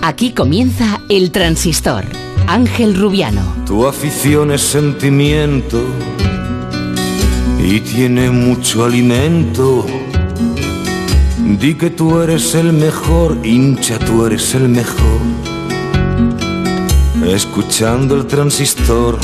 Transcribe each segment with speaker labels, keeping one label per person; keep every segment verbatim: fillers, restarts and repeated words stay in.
Speaker 1: Aquí comienza El Transistor. Ángel Rubiano.
Speaker 2: Tu afición es sentimiento y tiene mucho alimento. Di que tú eres el mejor, hincha, tú eres el mejor. Escuchando el Transistor.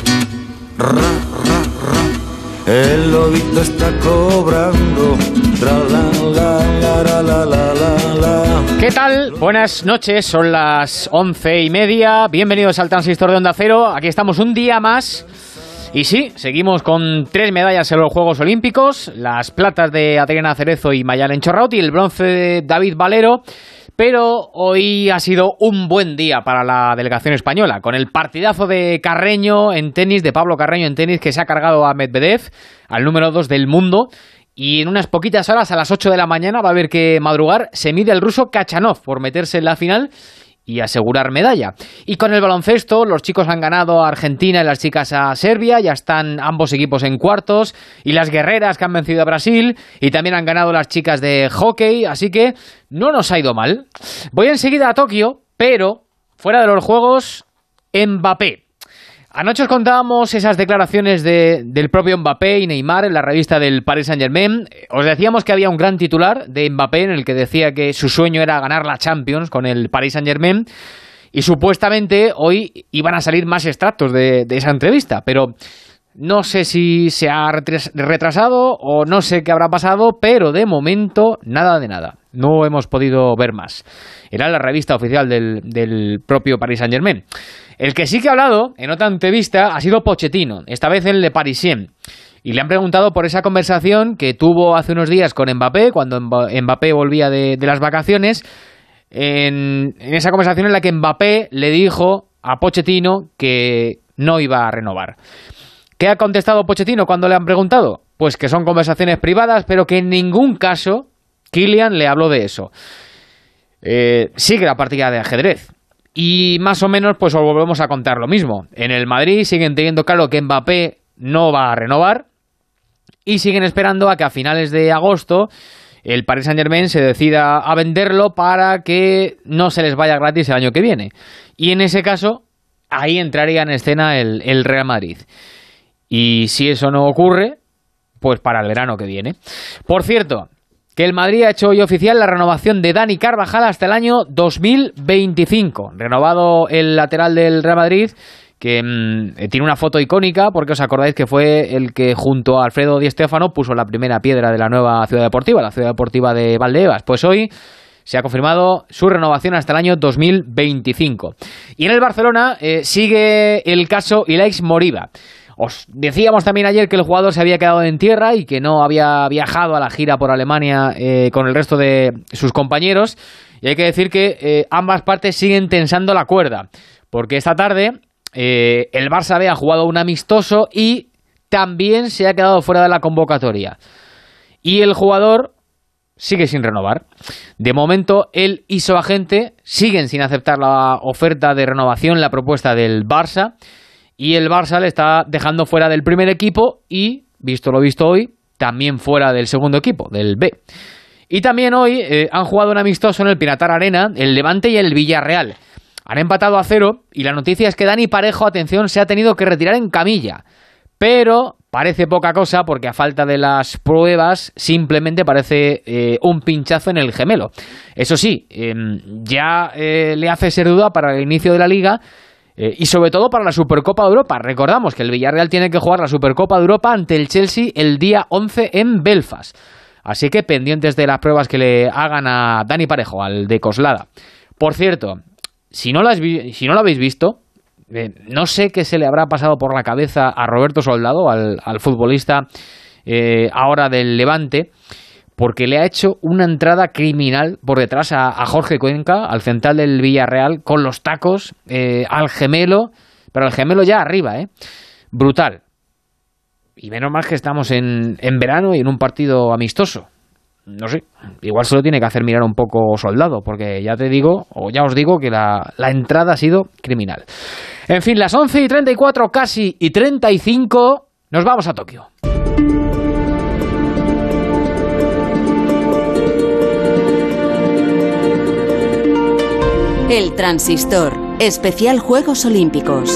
Speaker 2: Ra, ra, ra. El lobito está cobrando. Tra, la, la, la, la, la, la, la.
Speaker 3: ¿Qué tal? Buenas noches, son las once y media. Bienvenidos al Transistor de Onda Cero. Aquí estamos un día más. Y sí, seguimos con tres medallas en los Juegos Olímpicos. Las platas de Adriana Cerezo y Mayalen Chorraut y el bronce de David Valero. Pero hoy ha sido un buen día para la delegación española, con el partidazo de Carreño en tenis, de Pablo Carreño en tenis, que se ha cargado a Medvedev, al número dos del mundo. Y en unas poquitas horas, a las ocho de la mañana, va a haber que madrugar. Se mide el ruso Khachanov por meterse en la final y asegurar medalla. Y con el baloncesto, los chicos han ganado a Argentina y las chicas a Serbia. Ya están ambos equipos en cuartos. Y las guerreras que han vencido a Brasil. Y también han ganado las chicas de hockey. Así que no nos ha ido mal. Voy enseguida a Tokio, pero fuera de los Juegos, Mbappé. Anoche os contábamos esas declaraciones de, del propio Mbappé y Neymar en la revista del Paris Saint-Germain. Os decíamos que había un gran titular de Mbappé en el que decía que su sueño era ganar la Champions con el Paris Saint-Germain. Y supuestamente hoy iban a salir más extractos de, de esa entrevista. Pero no sé si se ha retrasado o no sé qué habrá pasado, pero de momento nada de nada. No hemos podido ver más. Era la revista oficial del, del propio Paris Saint-Germain. El que sí que ha hablado en otra entrevista ha sido Pochettino, esta vez en Le Parisien. Y le han preguntado por esa conversación que tuvo hace unos días con Mbappé, cuando Mbappé volvía de, de las vacaciones. En, en esa conversación en la que Mbappé le dijo a Pochettino que no iba a renovar. ¿Qué ha contestado Pochettino cuando le han preguntado? Pues que son conversaciones privadas, pero que en ningún caso Kylian le habló de eso. Eh, sigue la partida de ajedrez. Y más o menos pues os volvemos a contar lo mismo. En el Madrid siguen teniendo claro que Mbappé no va a renovar y siguen esperando a que a finales de agosto el Paris Saint-Germain se decida a venderlo para que no se les vaya gratis el año que viene. Y en ese caso, ahí entraría en escena el, el Real Madrid. Y si eso no ocurre, pues para el verano que viene. Por cierto, que el Madrid ha hecho hoy oficial la renovación de Dani Carvajal hasta el año dos mil veinticinco. Renovado el lateral del Real Madrid, que mmm, tiene una foto icónica, porque os acordáis que fue el que junto a Alfredo Di Stéfano puso la primera piedra de la nueva ciudad deportiva, la ciudad deportiva de Valdebebas. Pues hoy se ha confirmado su renovación hasta el año dos mil veinticinco. Y en el Barcelona eh, sigue el caso Ilaix Moriba. Os decíamos también ayer que el jugador se había quedado en tierra y que no había viajado a la gira por Alemania eh, con el resto de sus compañeros. Y hay que decir que eh, ambas partes siguen tensando la cuerda, porque esta tarde eh, el Barça B ha jugado un amistoso y también se ha quedado fuera de la convocatoria. Y el jugador sigue sin renovar. De momento, él y su agente siguen sin aceptar la oferta de renovación, la propuesta del Barça. Y el Barça le está dejando fuera del primer equipo y, visto lo visto hoy, también fuera del segundo equipo, del B. Y también hoy eh, han jugado un amistoso en el Pinatar Arena, el Levante y el Villarreal. Han empatado a cero y la noticia es que Dani Parejo, atención, se ha tenido que retirar en camilla. Pero parece poca cosa porque a falta de las pruebas simplemente parece eh, un pinchazo en el gemelo. Eso sí, eh, ya eh, le hace ser duda para el inicio de la Liga. Eh, y sobre todo para la Supercopa de Europa. Recordamos que el Villarreal tiene que jugar la Supercopa de Europa ante el Chelsea el día once en Belfast. Así que pendientes de las pruebas que le hagan a Dani Parejo, al de Coslada. Por cierto, si no, las vi- si no lo habéis visto, eh, no sé qué se le habrá pasado por la cabeza a Roberto Soldado, al, al futbolista eh, ahora del Levante, porque le ha hecho una entrada criminal por detrás a, a Jorge Cuenca, al central del Villarreal, con los tacos, eh, al gemelo, pero al gemelo ya arriba, ¿eh? Brutal. Y menos mal que estamos en, en verano y en un partido amistoso. No sé, igual se lo tiene que hacer mirar un poco Soldado, porque ya te digo, o ya os digo que la, la entrada ha sido criminal. En fin, las once y treinta y cuatro casi y treinta y cinco, nos vamos a Tokio.
Speaker 1: El Transistor, especial Juegos Olímpicos.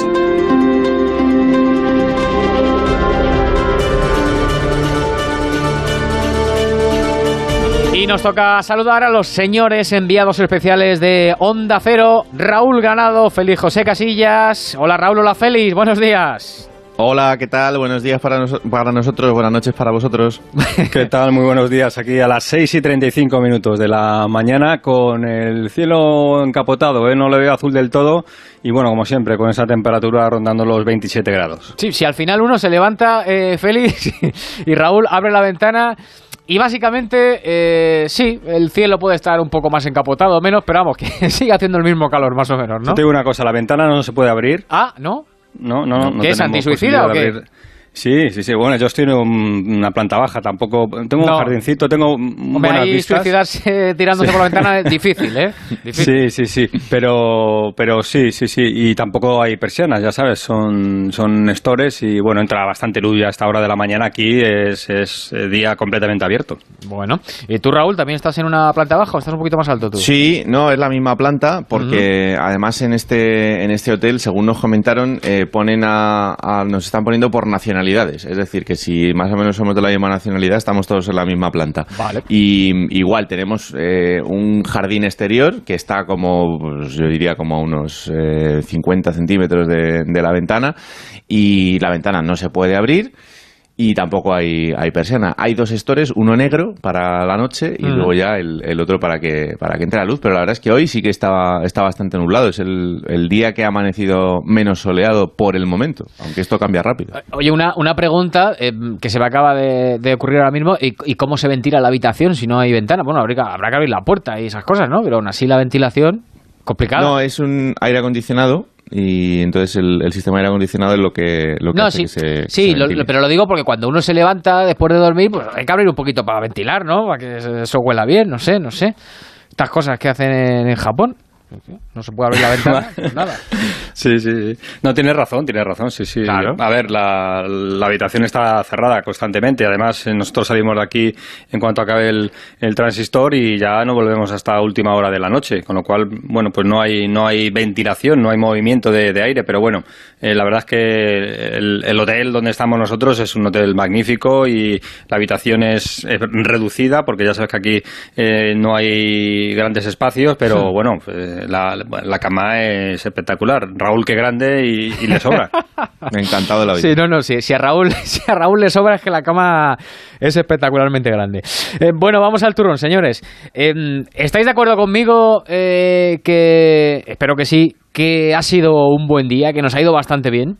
Speaker 3: Y nos toca saludar a los señores enviados especiales de Onda Cero, Raúl Granado, Félix José Casillas. Hola Raúl, hola Félix, buenos días.
Speaker 4: Hola, ¿qué tal? Buenos días para, nos- para nosotros, buenas noches para vosotros.
Speaker 5: ¿Qué tal? Muy buenos días. Aquí a las seis y treinta y cinco minutos de la mañana con el cielo encapotado, ¿eh? No lo veo azul del todo y bueno, como siempre, con esa temperatura rondando los veintisiete grados.
Speaker 3: Sí, si al final uno se levanta, eh, Félix, y Raúl abre la ventana y básicamente, eh, sí, el cielo puede estar un poco más encapotado o menos, pero vamos, que sigue haciendo el mismo calor más o menos, ¿no?
Speaker 5: Yo te digo una cosa, la ventana no se puede abrir.
Speaker 3: Ah, ¿no?
Speaker 5: No, no, no.
Speaker 3: ¿Qué es,
Speaker 5: tenemos
Speaker 3: antisuicida
Speaker 5: posibilidad
Speaker 3: o qué?
Speaker 5: de abrir. Sí, sí, sí. Bueno, yo estoy en un- una planta baja, tampoco. Tengo
Speaker 3: No.
Speaker 5: un jardincito, tengo
Speaker 3: Hombre,
Speaker 5: buenas
Speaker 3: ahí
Speaker 5: vistas.
Speaker 3: suicidarse tirándose por la ventana es difícil, ¿eh? Difícil.
Speaker 5: Sí, sí, sí, pero, pero sí, sí, sí, y tampoco hay persianas, ya sabes, son, son stores y bueno, entra bastante luz ya a esta hora de la mañana aquí, es, es eh, día completamente abierto.
Speaker 3: Bueno, ¿y tú, Raúl, también estás en una planta baja o estás un poquito más alto tú?
Speaker 4: Sí, no, es la misma planta porque uh-huh. además en este en este hotel, según nos comentaron, eh, ponen a, a nos están poniendo por nacionalidades, es decir, que si más o menos somos de la misma nacionalidad, estamos todos en la misma planta.
Speaker 3: Vale.
Speaker 4: Y igual tenemos eh, un jardín exterior que está como, pues, yo diría como a unos eh, cincuenta centímetros de, de la ventana y la ventana no se puede abrir. Y tampoco hay, hay persiana. Hay dos stores, uno negro para la noche y mm. luego ya el, el otro para que para que entre la luz. Pero la verdad es que hoy sí que está, está bastante nublado. Es el, el día que ha amanecido menos soleado por el momento, aunque esto cambia rápido.
Speaker 3: Oye, una, una pregunta eh, que se me acaba de, de ocurrir ahora mismo. ¿Y, ¿Y cómo se ventila la habitación si no hay ventana? Bueno, habrá, habrá que abrir la puerta y esas cosas, ¿no? Pero aún así la ventilación, complicada.
Speaker 4: No, es un aire acondicionado. Y entonces el, el sistema de aire acondicionado es lo que, lo que
Speaker 3: no,
Speaker 4: hace
Speaker 3: sí,
Speaker 4: que se...
Speaker 3: Sí,
Speaker 4: se
Speaker 3: lo, pero lo digo porque cuando uno se levanta después de dormir, pues hay que abrir un poquito para ventilar, ¿no? Para que eso huela bien, no sé, no sé. Estas cosas que hacen en, en Japón. No se puede abrir la ventana, pues nada.
Speaker 5: Sí, sí, sí. No, tienes razón, tienes razón, sí, sí.
Speaker 3: Claro.
Speaker 5: A ver, la, la habitación está cerrada constantemente. Además, nosotros salimos de aquí en cuanto acabe el, el transistor y ya no volvemos hasta última hora de la noche. Con lo cual, bueno, pues no hay no hay ventilación, no hay movimiento de, de aire. Pero bueno, eh, la verdad es que el, el hotel donde estamos nosotros es un hotel magnífico y la habitación es, es reducida porque ya sabes que aquí eh, no hay grandes espacios, pero sí. bueno, pues, La, la cama es espectacular. Raúl, qué grande y, y le sobra.
Speaker 4: Me ha encantado la vida.
Speaker 3: Sí, no, no, sí, si a Raúl, si a Raúl le sobra es que la cama es espectacularmente grande. Eh, bueno, vamos al turrón, señores. Eh, ¿Estáis de acuerdo conmigo eh, que, espero que sí, que ha sido un buen día, que nos ha ido bastante bien?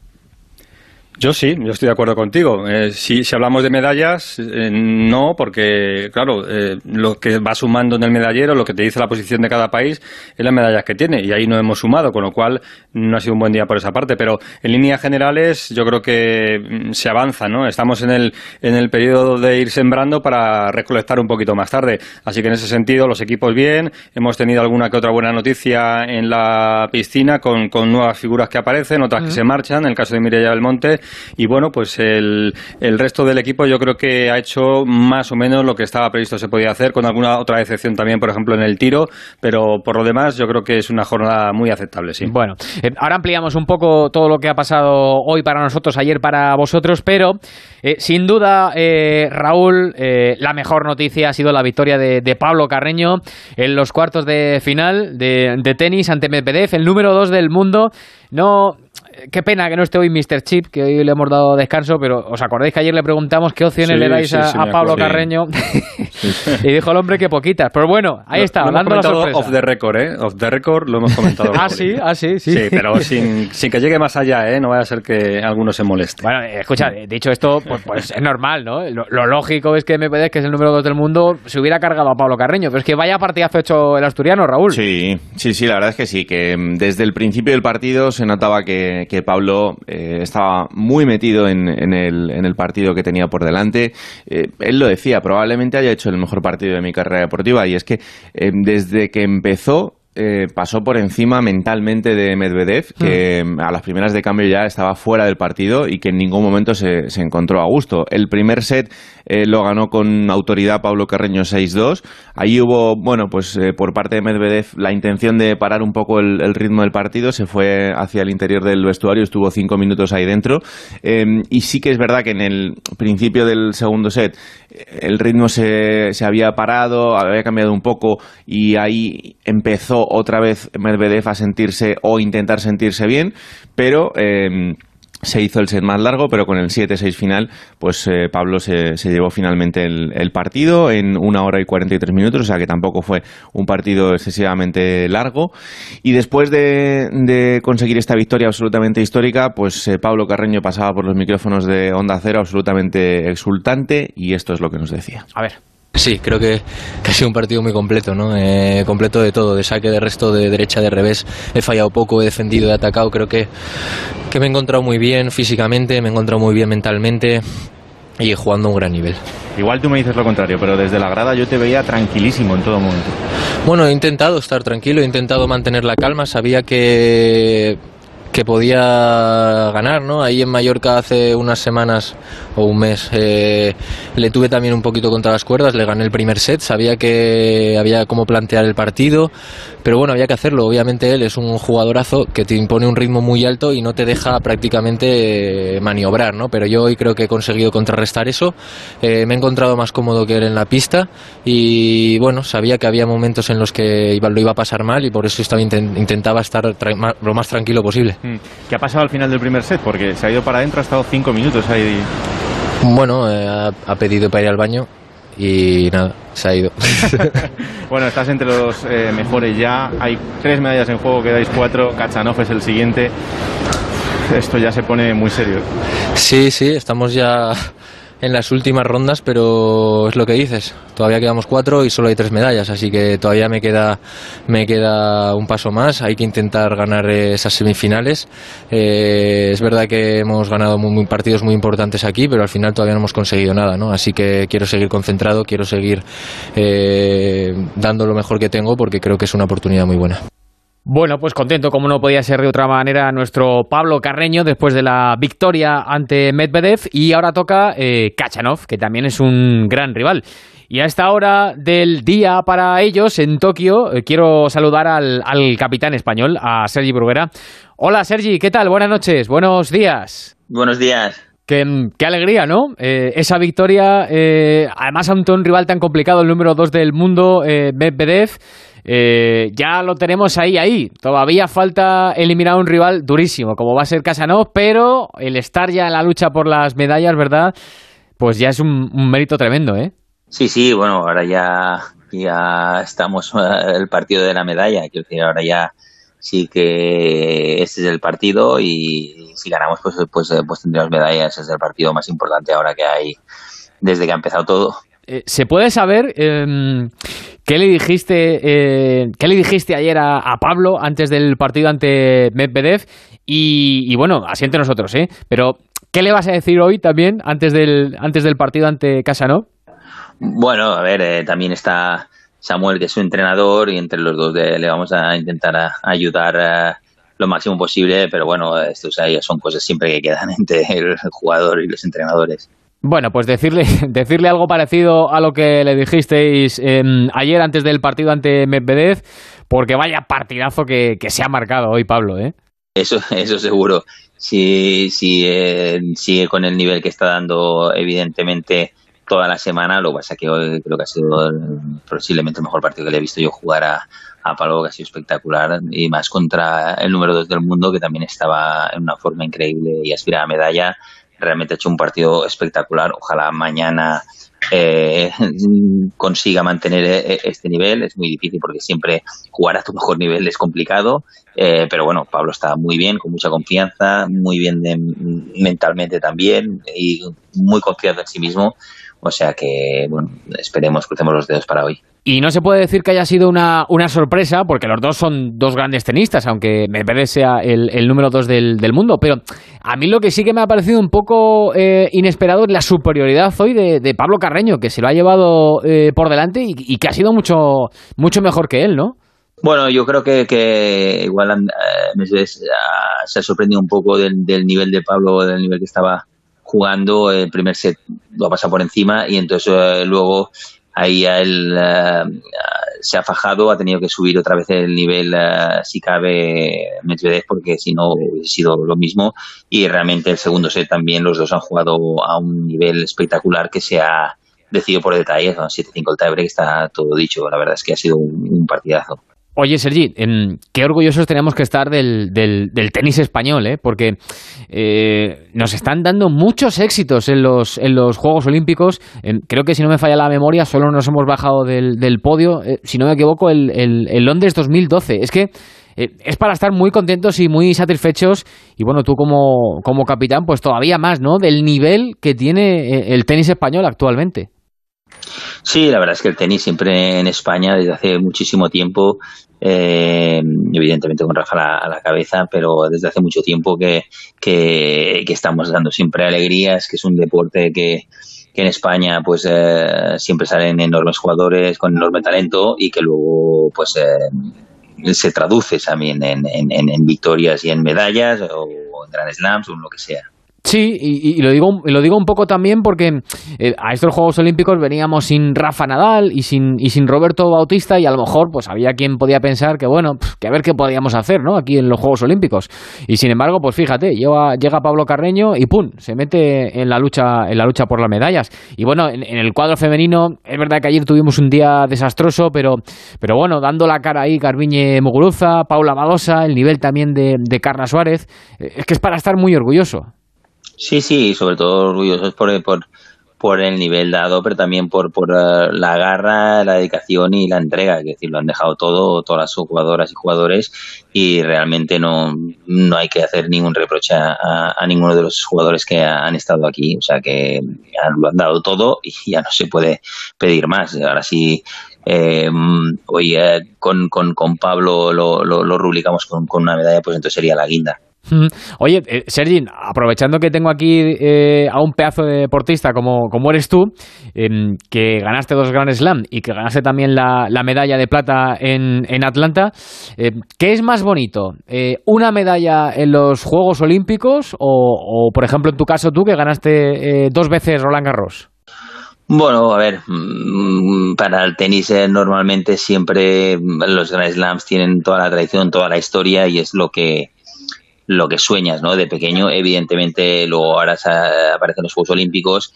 Speaker 5: Yo sí, yo estoy de acuerdo contigo. Eh, si, si hablamos de medallas, eh, no, porque, claro, eh, lo que va sumando en el medallero, lo que te dice la posición de cada país, es las medallas que tiene, y ahí no hemos sumado, con lo cual no ha sido un buen día por esa parte. Pero en líneas generales, yo creo que se avanza, ¿no? Estamos en el, en el periodo de ir sembrando para recolectar un poquito más tarde. Así que en ese sentido, los equipos bien, hemos tenido alguna que otra buena noticia en la piscina con, con nuevas figuras que aparecen, otras uh-huh. que se marchan, en el caso de Mireia Belmonte. Y bueno, pues el, el resto del equipo yo creo que ha hecho más o menos lo que estaba previsto se podía hacer, con alguna otra excepción también, por ejemplo, en el tiro, pero por lo demás yo creo que es una jornada muy aceptable, sí.
Speaker 3: Bueno, eh, ahora ampliamos un poco todo lo que ha pasado hoy para nosotros, ayer para vosotros, pero eh, sin duda, eh, Raúl, eh, la mejor noticia ha sido la victoria de, de Pablo Carreño en los cuartos de final de, de tenis ante Medvedev, el número dos del mundo. No... Qué pena que no esté hoy míster Chip, que hoy le hemos dado descanso, pero ¿os acordáis que ayer le preguntamos qué opciones
Speaker 5: sí,
Speaker 3: le dais
Speaker 5: sí,
Speaker 3: a,
Speaker 5: sí,
Speaker 3: a Pablo Carreño? Sí. Sí. Y dijo el hombre que poquitas. Pero bueno, ahí
Speaker 5: lo,
Speaker 3: está,
Speaker 5: lo
Speaker 3: hablando de la sorpresa.
Speaker 5: Off the record, ¿eh? Off the record lo hemos comentado.
Speaker 3: ah, sí, ah, sí, sí.
Speaker 5: Sí, pero sin, sin que llegue más allá, ¿eh? No vaya a ser que alguno se moleste.
Speaker 3: Bueno, escucha, dicho esto, pues, pues es normal, ¿no? Lo, lo lógico es que M P D, que es el número dos del mundo, se hubiera cargado a Pablo Carreño. Pero es que vaya partidazo hecho el asturiano, Raúl.
Speaker 4: Sí, sí, sí, la verdad es que sí, que desde el principio del partido se notaba que, que Pablo... Eh, estaba muy metido en, en, el, en el partido que tenía por delante. Eh, él lo decía, probablemente haya hecho el mejor partido de mi carrera deportiva, y es que eh, desde que empezó eh, pasó por encima mentalmente de Medvedev, que mm. a las primeras de cambio ya estaba fuera del partido y que en ningún momento se, se encontró a gusto. El primer set eh, lo ganó con autoridad Pablo Carreño seis dos. Ahí hubo, bueno, pues eh, por parte de Medvedev la intención de parar un poco el, el ritmo del partido. Se fue hacia el interior del vestuario, estuvo cinco minutos ahí dentro. Eh, y sí que es verdad que en el principio del segundo set el ritmo se, se había parado, había cambiado un poco y ahí empezó otra vez Medvedev a sentirse o intentar sentirse bien, pero eh, se hizo el set más largo, pero con el siete seis final, pues eh, Pablo se, se llevó finalmente el, el partido en una hora y cuarenta y tres minutos, o sea que tampoco fue un partido excesivamente largo. Y después de, de conseguir esta victoria absolutamente histórica, pues eh, Pablo Carreño pasaba por los micrófonos de Onda Cero absolutamente exultante, y esto es lo que nos decía.
Speaker 3: A ver.
Speaker 6: Sí, creo que, que ha sido un partido muy completo, ¿no? Eh, completo de todo, de saque, de resto, de derecha, de revés. He fallado poco, he defendido, he atacado. Creo que, que me he encontrado muy bien físicamente, me he encontrado muy bien mentalmente y jugando a un gran nivel.
Speaker 4: Igual tú me dices lo contrario, pero desde la grada yo te veía tranquilísimo en todo momento.
Speaker 6: Bueno, he intentado estar tranquilo, he intentado mantener la calma. Sabía que... que podía ganar, ¿no? Ahí en Mallorca hace unas semanas o un mes eh, le tuve también un poquito contra las cuerdas, le gané el primer set, sabía que había cómo plantear el partido, pero bueno, había que hacerlo. Obviamente él es un jugadorazo que te impone un ritmo muy alto y no te deja prácticamente maniobrar, ¿no? Pero yo hoy creo que he conseguido contrarrestar eso, eh, me he encontrado más cómodo que él en la pista y bueno, sabía que había momentos en los que iba, lo iba a pasar mal y por eso estaba, intentaba estar tra- lo más tranquilo posible.
Speaker 4: ¿Qué ha pasado al final del primer set? Porque se ha ido para adentro, ha estado cinco minutos ahí.
Speaker 6: Bueno, eh, ha, ha pedido para ir al baño y nada, se ha ido.
Speaker 4: Bueno, estás entre los eh, mejores ya. Hay tres medallas en juego, quedáis cuatro. Khachanov es el siguiente. Esto ya se pone muy serio.
Speaker 6: Sí, sí, estamos ya en las últimas rondas, pero es lo que dices. Todavía quedamos cuatro y solo hay tres medallas, así que todavía me queda me queda un paso más. Hay que intentar ganar esas semifinales. Eh, es verdad que hemos ganado muy, muy partidos muy importantes aquí, pero al final todavía no hemos conseguido nada, ¿no? Así que quiero seguir concentrado, quiero seguir eh, dando lo mejor que tengo porque creo que es una oportunidad muy buena.
Speaker 3: Bueno, pues contento, como no podía ser de otra manera, nuestro Pablo Carreño después de la victoria ante Medvedev, y ahora toca eh, Khachanov, que también es un gran rival. Y a esta hora del día para ellos en Tokio eh, quiero saludar al, al capitán español, a Sergi Bruguera. Hola Sergi, ¿qué tal? Buenas noches, buenos días.
Speaker 7: Buenos días.
Speaker 3: Qué, qué alegría, ¿no? Eh, esa victoria, eh, además ante un rival tan complicado, el número dos del mundo, eh, Medvedev. Eh, ya lo tenemos ahí, ahí. Todavía falta eliminar a un rival durísimo, como va a ser Khachanov, pero el estar ya en la lucha por las medallas, ¿verdad? Pues ya es un, un mérito tremendo, ¿eh?
Speaker 7: Sí, sí, bueno, ahora ya, ya estamos en el partido de la medalla. Quiero decir, ahora ya sí que este es el partido y si ganamos, pues, pues, pues tendremos medallas. Es el partido más importante ahora que hay desde que ha empezado todo.
Speaker 3: Eh, ¿Se puede saber eh, qué le dijiste eh, qué le dijiste ayer a, a Pablo antes del partido ante Medvedev? Y, y bueno, así entre nosotros, ¿eh? Pero ¿qué le vas a decir hoy también antes del antes del partido ante Khachanov?
Speaker 7: Bueno, a ver, eh, también está Samuel, que es su entrenador, y entre los dos de, le vamos a intentar a, a ayudar a, lo máximo posible, pero bueno, estos ahí son cosas siempre que quedan entre el jugador y los entrenadores.
Speaker 3: Bueno, pues decirle decirle algo parecido a lo que le dijisteis eh, ayer antes del partido ante Medvedev, porque vaya partidazo que, que se ha marcado hoy Pablo, ¿eh? Eso,
Speaker 7: eso seguro. Si, si eh, sigue con el nivel que está dando, evidentemente, toda la semana, lo que pasa es que hoy creo que ha sido posiblemente el mejor partido que le he visto yo jugar a, a Pablo, que ha sido espectacular, y más contra el número dos del mundo, que también estaba en una forma increíble y aspira a medalla. Realmente ha hecho un partido espectacular. Ojalá mañana eh, consiga mantener este nivel. Es muy difícil porque siempre jugar a tu mejor nivel es complicado, eh, pero bueno, Pablo está muy bien, con mucha confianza, muy bien de, mentalmente también, y muy confiado en sí mismo. O sea que, bueno, esperemos, crucemos los dedos para hoy.
Speaker 3: Y no se puede decir que haya sido una, una sorpresa, porque los dos son dos grandes tenistas, aunque Medvedev sea el, el número dos del, del mundo. Pero a mí lo que sí que me ha parecido un poco eh, inesperado es la superioridad hoy de, de Pablo Carreño, que se lo ha llevado eh, por delante y, y que ha sido mucho, mucho mejor que él, ¿no?
Speaker 7: Bueno, yo creo que, que igual eh, Medvedev uh, se ha sorprendido un poco del, del nivel de Pablo, del nivel que estaba jugando. El primer set lo ha pasado por encima y entonces uh, luego ahí él uh, se ha fajado, ha tenido que subir otra vez el nivel, uh, si cabe, Medvedev, porque si no hubiese sido lo mismo. Y realmente el segundo set también los dos han jugado a un nivel espectacular que se ha decidido por detalles, ¿no? siete cinco el tiebreak, está todo dicho. La verdad es que ha sido un, un partidazo.
Speaker 3: Oye, Sergi, eh, qué orgullosos tenemos que estar del, del, del tenis español, ¿eh? Porque eh, nos están dando muchos éxitos en los, en los Juegos Olímpicos. Eh, creo que, si no me falla la memoria, solo nos hemos bajado del, del podio, eh, si no me equivoco, el, el, el Londres dos mil doce. Es que eh, es para estar muy contentos y muy satisfechos. Y bueno, tú como, como capitán, pues todavía más, ¿no? Del nivel que tiene el tenis español actualmente.
Speaker 7: Sí, la verdad es que el tenis siempre en España desde hace muchísimo tiempo, eh, evidentemente con Rafa a la, a la cabeza, pero desde hace mucho tiempo que, que, que estamos dando siempre alegrías, que es un deporte que, que en España pues eh, siempre salen enormes jugadores con enorme talento y que luego pues eh, se traduce también en, en, en victorias y en medallas o en Grand Slams o en lo que sea.
Speaker 3: Sí, y, y lo digo lo digo un poco también porque eh, a estos Juegos Olímpicos veníamos sin Rafa Nadal y sin y sin Roberto Bautista, y a lo mejor pues había quien podía pensar que bueno, que a ver qué podíamos hacer, ¿no? Aquí en los Juegos Olímpicos. Y sin embargo, pues fíjate, llega, llega Pablo Carreño y pum, se mete en la lucha en la lucha por las medallas. Y bueno, en, en el cuadro femenino es verdad que ayer tuvimos un día desastroso, pero pero bueno, dando la cara ahí Garbiñe Muguruza, Paula Badosa, el nivel también de, de Carla Suárez, eh, es que es para estar muy orgulloso.
Speaker 7: Sí, sí, sobre todo orgullosos por, por, por el nivel dado, pero también por, por uh, la garra, la dedicación y la entrega. Es decir, lo han dejado todo, todas las jugadoras y jugadores, y realmente no, no hay que hacer ningún reproche a, a ninguno de los jugadores que han estado aquí. O sea, que lo han dado todo y ya no se puede pedir más. Ahora sí, eh, hoy eh, con, con, con Pablo lo, lo, lo rubricamos con, con una medalla, pues entonces sería la guinda.
Speaker 3: Oye, eh, Sergi, aprovechando que tengo aquí eh, a un pedazo de deportista como, como eres tú, eh, que ganaste dos Grand Slam y que ganaste también la, la medalla de plata en, en Atlanta, eh, ¿qué es más bonito? Eh, ¿Una medalla en los Juegos Olímpicos o, o, por ejemplo, en tu caso tú, que ganaste eh, dos veces Roland Garros?
Speaker 7: Bueno, a ver, para el tenis eh, normalmente siempre los Grand Slams tienen toda la tradición, toda la historia, y es lo que lo que sueñas, ¿no? De pequeño. Evidentemente luego ahora aparecen los Juegos Olímpicos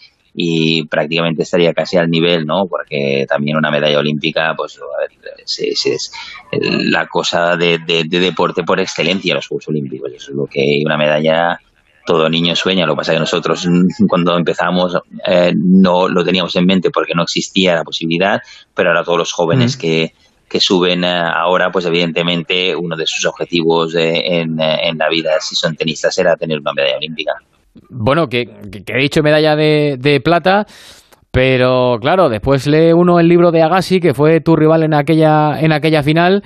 Speaker 7: y prácticamente estaría casi al nivel, ¿no? Porque también una medalla olímpica, pues a ver, es, es, es la cosa de, de, de deporte por excelencia, los Juegos Olímpicos. Eso es lo que una medalla todo niño sueña. Lo que pasa es que nosotros cuando empezamos eh, no lo teníamos en mente porque no existía la posibilidad, pero ahora todos los jóvenes mm. que que suben ahora, pues evidentemente uno de sus objetivos de, en, en la vida, si son tenistas, era tener una medalla olímpica.
Speaker 3: Bueno, que, que, que he dicho medalla de, de plata, pero claro, después lee uno el libro de Agassi, que fue tu rival en aquella en aquella final,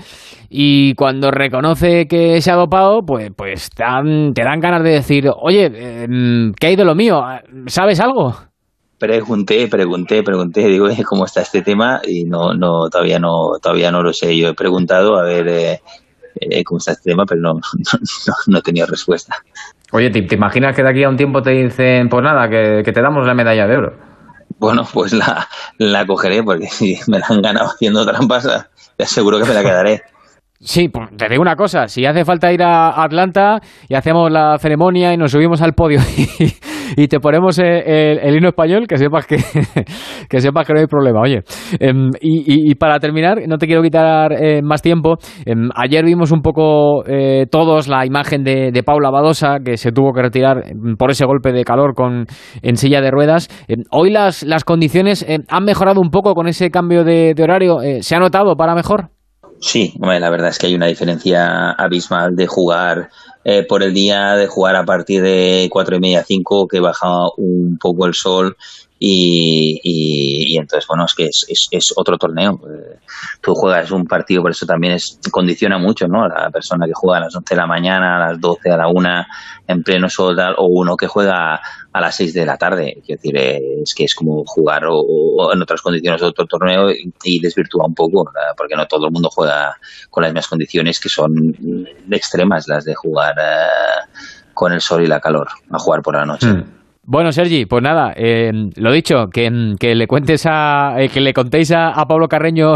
Speaker 3: y cuando reconoce que se ha dopado, pues, pues te dan, te dan ganas de decir, oye, eh, ¿qué hay de lo mío? ¿Sabes algo?
Speaker 7: Pregunté, pregunté, pregunté, digo, ¿cómo está este tema? Y no, no, todavía no, todavía no lo sé. Yo he preguntado a ver eh, eh, cómo está este tema, pero no, no, no he tenido respuesta.
Speaker 8: Oye, ¿te, ¿te imaginas que de aquí a un tiempo te dicen, pues nada, que, que te damos la medalla de oro?
Speaker 7: Bueno, pues la, la cogeré, porque si me la han ganado haciendo trampas, te aseguro que me la quedaré.
Speaker 3: Sí, pues te digo una cosa, si hace falta ir a Atlanta y hacemos la ceremonia y nos subimos al podio y, y te ponemos el, el, el himno español, que sepas que, que sepas que no hay problema. Oye, eh, y, y para terminar, no te quiero quitar eh, más tiempo, eh, ayer vimos un poco eh, todos la imagen de, de Paula Badosa, que se tuvo que retirar por ese golpe de calor con, en silla de ruedas. Eh, hoy las, las condiciones eh, han mejorado un poco con ese cambio de, de horario, eh, ¿se ha notado para mejor?
Speaker 7: Sí, bueno, la verdad es que hay una diferencia abismal de jugar eh, por el día, de jugar a partir de cuatro y media, cinco, que baja un poco el sol y, y, y entonces, bueno, es que es, es, es otro torneo. Eh, tú juegas un partido, por eso también es condiciona mucho, ¿no? La persona que juega a las once de la mañana, a las doce, a la una, en pleno sol, o uno que juega a las seis de la tarde. Quiero decir, eh, es que es como jugar o, o en otras condiciones otro torneo y, y desvirtúa un poco, ¿verdad? Porque no todo el mundo juega con las mismas condiciones, que son extremas las de jugar eh, con el sol y la calor, a jugar por la noche.
Speaker 3: Mm. Bueno, Sergi, pues nada, eh, lo dicho, que, que le cuentes a, eh, que le contéis a, a Pablo Carreño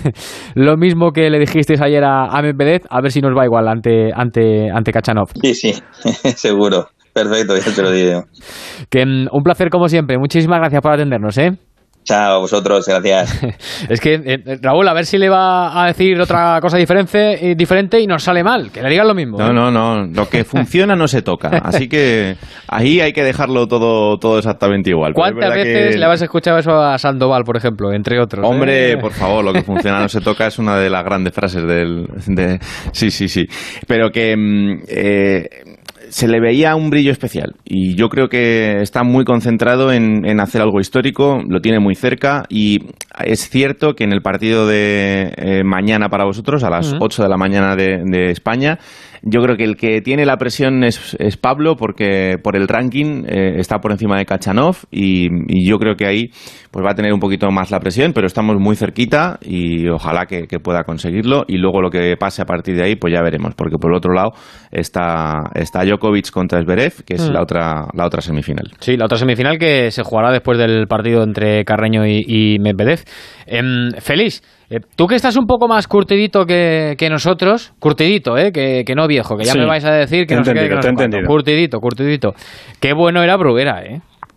Speaker 3: lo mismo que le dijisteis ayer a, a Medvedev, a ver si nos va igual ante ante ante Khachanov.
Speaker 7: Sí, sí, seguro. Perfecto, ya te lo digo.
Speaker 3: Que un placer como siempre. Muchísimas gracias por atendernos, ¿eh?
Speaker 7: Chao, vosotros, gracias.
Speaker 3: Es que, eh, Raúl, a ver si le va a decir otra cosa diferente, diferente y nos sale mal, que le digan lo mismo.
Speaker 4: No,
Speaker 3: ¿eh?
Speaker 4: no, no, lo que funciona no se toca, así que ahí hay que dejarlo todo, todo exactamente igual.
Speaker 3: ¿Cuántas veces que... le habéis escuchado eso a Sandoval, por ejemplo, entre otros?
Speaker 4: Hombre,
Speaker 3: ¿eh?
Speaker 4: por favor, lo que funciona no se toca es una de las grandes frases del... De... Sí, sí, sí, pero que... Eh, se le veía un brillo especial y yo creo que está muy concentrado en, en hacer algo histórico, lo tiene muy cerca y es cierto que en el partido de eh, mañana para vosotros, a las uh-huh. ocho de la mañana de, de España, yo creo que el que tiene la presión es, es Pablo, porque por el ranking eh, está por encima de Khachanov y, y yo creo que ahí pues va a tener un poquito más la presión, pero estamos muy cerquita y ojalá que, que pueda conseguirlo y luego lo que pase a partir de ahí pues ya veremos, porque por el otro lado está, está Djokovic contra Zverev, que es mm. la otra la otra semifinal.
Speaker 3: Sí, la otra semifinal que se jugará después del partido entre Carreño y, y Medvedev. Eh, Félix, eh, tú que estás un poco más curtidito que, que nosotros, curtidito, eh, que, que no viejo, que ya sí. me vais a decir que no sé qué, que no sé cuánto. Curtidito, curtidito. Qué bueno era Bruguera, ¿eh?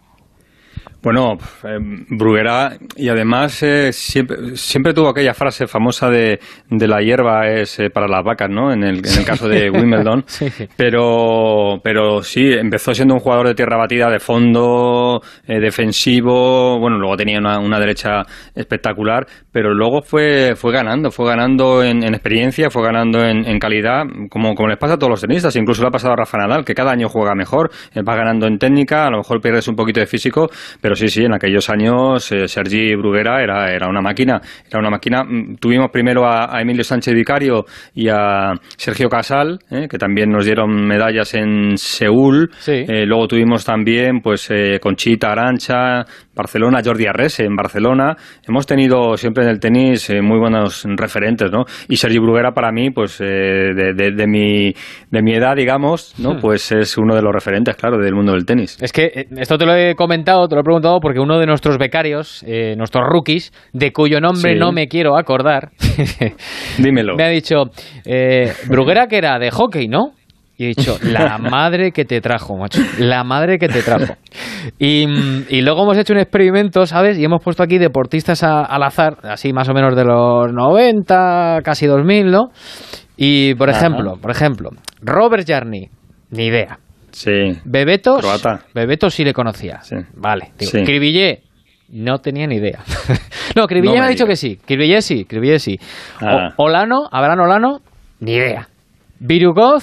Speaker 5: Bueno, eh, Bruguera, y además eh, siempre, siempre tuvo aquella frase famosa de, de la hierba es eh, para las vacas, ¿no? En el, en el caso de Wimbledon. Sí. Pero, pero sí, empezó siendo un jugador de tierra batida, de fondo, eh, defensivo, bueno, luego tenía una, una derecha espectacular, pero luego fue, fue ganando, fue ganando en, en experiencia, fue ganando en, en calidad, como, como les pasa a todos los tenistas, incluso le ha pasado a Rafa Nadal, que cada año juega mejor, va ganando en técnica, a lo mejor pierdes un poquito de físico, pero sí, sí, en aquellos años eh, Sergi Bruguera era, era una máquina, era una máquina. Tuvimos primero a, a Emilio Sánchez Vicario y a Sergio Casal, eh, que también nos dieron medallas en Seúl. Sí. Eh, luego tuvimos también pues eh, Conchita Arantxa, Barcelona, Jordi Arrese en Barcelona. Hemos tenido siempre en el tenis eh, muy buenos referentes, ¿no? Y Sergi Bruguera para mí, pues eh, de, de, de, mi, de mi edad, digamos, ¿no? Hmm. Pues es uno de los referentes, claro, del mundo del tenis.
Speaker 3: Es que esto te lo he comentado, te lo he preguntado porque uno de nuestros becarios, eh, nuestros rookies, de cuyo nombre sí. no me quiero acordar,
Speaker 5: dímelo,
Speaker 3: me ha dicho, eh, Bruguera que era de hockey, ¿no? Y he dicho, la madre que te trajo, macho, la madre que te trajo. Y, y luego hemos hecho un experimento, ¿sabes? Y hemos puesto aquí deportistas a, al azar, así más o menos de los noventa, casi dos mil, ¿no? Y, por ejemplo, Ajá. por ejemplo, Robert Jarni, ni idea.
Speaker 5: Sí.
Speaker 3: Bebetos,
Speaker 5: Croata.
Speaker 3: Bebetos sí le conocía. Sí. Vale. Digo,
Speaker 5: sí.
Speaker 3: Cribillé, no tenía ni idea. no, Cribillé no me, me ha dicho que sí. Cribillé sí, Cribillé sí. Ah. O, Olano, Abraham Olano, ni idea. Virugov.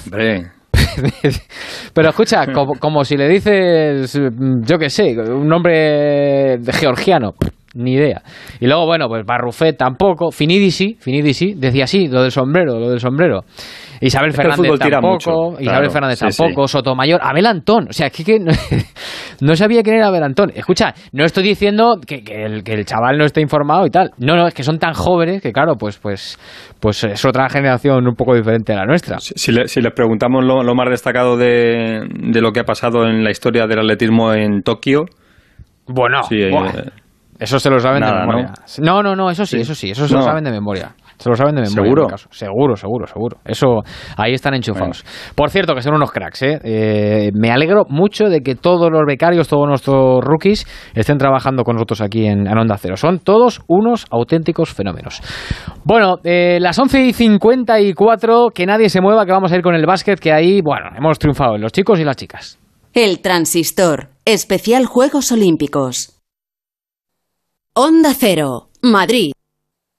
Speaker 3: Pero escucha, como, como si le dices, yo qué sé, un nombre de georgiano, ni idea. Y luego, bueno, pues Barrufet tampoco, Finidisi, Finidisi, decía sí, lo del sombrero, lo del sombrero. Isabel es Fernández tampoco, Isabel claro, Fernández sí, tampoco, sí. Sotomayor, Abel Antón, o sea, que, que no, no sabía quién era Abel Antón. Escucha, no estoy diciendo que, que, el, que el chaval no esté informado y tal, no, no, es que son tan jóvenes que claro, pues pues pues es otra generación un poco diferente a la nuestra.
Speaker 5: Si, si, le, si les preguntamos lo, lo más destacado de, de lo que ha pasado en la historia del atletismo en Tokio,
Speaker 3: bueno, sí, eh, eso se lo saben nada, de memoria. ¿no? no, no, no, eso sí, sí. eso sí, eso se no. lo saben de memoria. Se lo saben de memoria.
Speaker 5: ¿Seguro?
Speaker 3: En caso. Seguro, seguro, seguro. Eso, ahí están enchufados. Bueno. Por cierto, que son unos cracks, ¿eh? ¿eh? Me alegro mucho de que todos los becarios, todos nuestros rookies, estén trabajando con nosotros aquí en, en Onda Cero. Son todos unos auténticos fenómenos. Bueno, eh, las once y cincuenta y cuatro, que nadie se mueva, que vamos a ir con el básquet, que ahí, bueno, hemos triunfado los chicos y las chicas.
Speaker 1: El Transistor, especial Juegos Olímpicos. Onda Cero, Madrid.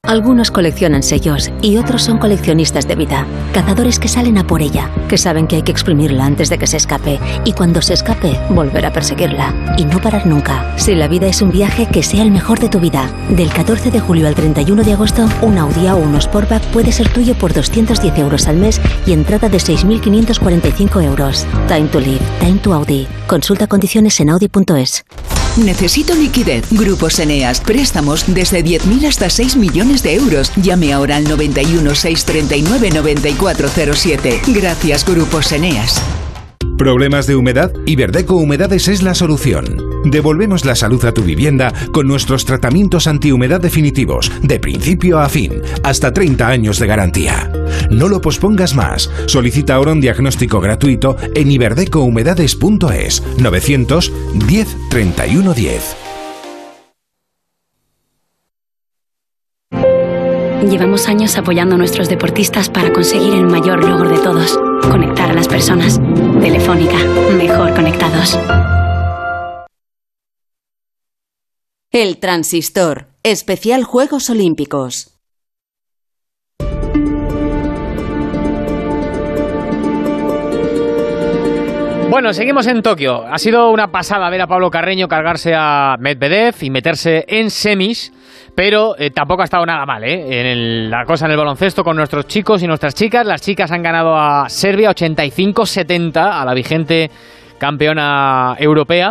Speaker 9: Algunos coleccionan sellos y otros son coleccionistas de vida. Cazadores que salen a por ella, que saben que hay que exprimirla antes de que se escape. Y cuando se escape, volver a perseguirla. Y no parar nunca. Si la vida es un viaje, que sea el mejor de tu vida. Del catorce de julio al treinta y uno de agosto, un Audi A uno Sportback puede ser tuyo por doscientos diez euros al mes y entrada de seis mil quinientos cuarenta y cinco euros. Time to live. Time to Audi. Consulta condiciones en audi punto es.
Speaker 10: Necesito liquidez. Grupos Eneas. Préstamos desde diez mil hasta seis millones de euros. Llame ahora al noventa y uno, seiscientos treinta y nueve, noventa y cuatro cero siete. Gracias, Grupos Eneas.
Speaker 11: ¿Problemas de humedad? Iberdeco Humedades es la solución. Devolvemos la salud a tu vivienda con nuestros tratamientos antihumedad definitivos, de principio a fin, hasta treinta años de garantía. No lo pospongas más. Solicita ahora un diagnóstico gratuito en iberdeco humedades punto es. novecientos diez, treinta y uno diez.
Speaker 12: Llevamos años apoyando a nuestros deportistas para conseguir el mayor logro de todos: conectar a las personas. Telefónica, mejor conectados.
Speaker 1: El Transistor, especial Juegos Olímpicos.
Speaker 3: Bueno, seguimos en Tokio. Ha sido una pasada ver a Pablo Carreño cargarse a Medvedev y meterse en semis, pero eh, tampoco ha estado nada mal, ¿eh? En el, la cosa en el baloncesto con nuestros chicos y nuestras chicas. Las chicas han ganado a Serbia ochenta y cinco setenta, a la vigente campeona europea.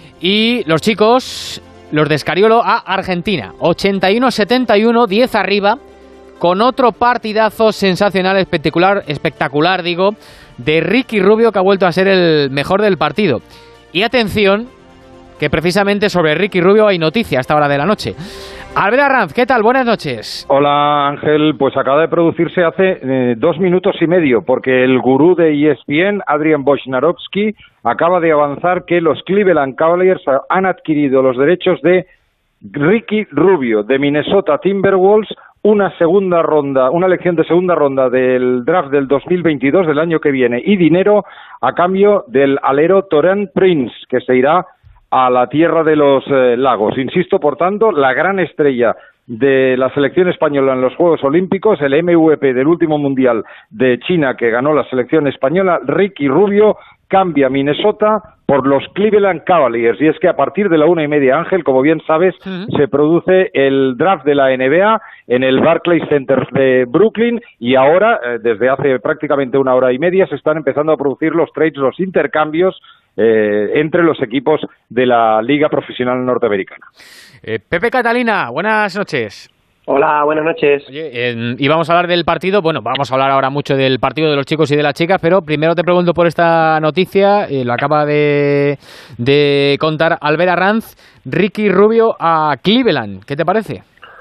Speaker 3: Y los chicos, los de Scariolo, a Argentina ochenta y uno setenta y uno, diez arriba, con otro partidazo sensacional, espectacular, espectacular digo, de Ricky Rubio, que ha vuelto a ser el mejor del partido. Y atención, que precisamente sobre Ricky Rubio hay noticia a esta hora de la noche. Albert Arranz, ¿qué tal? Buenas noches.
Speaker 13: Hola Ángel, pues acaba de producirse hace eh, dos minutos y medio, porque el gurú de E S P N, Adrian Wojnarowski, acaba de avanzar que los Cleveland Cavaliers han adquirido los derechos de Ricky Rubio, de Minnesota Timberwolves, una segunda ronda, una elección de segunda ronda del draft del dos mil veintidós, del año que viene, y dinero a cambio del alero Taurean Prince, que se irá a la tierra de los eh, lagos. Insisto, por tanto, la gran estrella de la selección española en los Juegos Olímpicos, el M V P del último Mundial de China que ganó la selección española, Ricky Rubio, cambia Minnesota por los Cleveland Cavaliers. Y es que a partir de la una y media, Ángel, como bien sabes, uh-huh. se produce el draft de la N B A en el Barclays Center de Brooklyn, y ahora, eh, desde hace prácticamente una hora y media, se están empezando a producir los trades, los intercambios eh, entre los equipos de la Liga Profesional Norteamericana.
Speaker 3: Eh, Pepe Catalina, buenas noches.
Speaker 14: Hola, buenas noches.
Speaker 3: Oye, eh, y vamos a hablar del partido. Bueno, vamos a hablar ahora mucho del partido de los chicos y de las chicas, pero primero te pregunto por esta noticia. Eh, lo acaba de, de contar Albert Arranz. Ricky Rubio a Cleveland. ¿Qué te parece?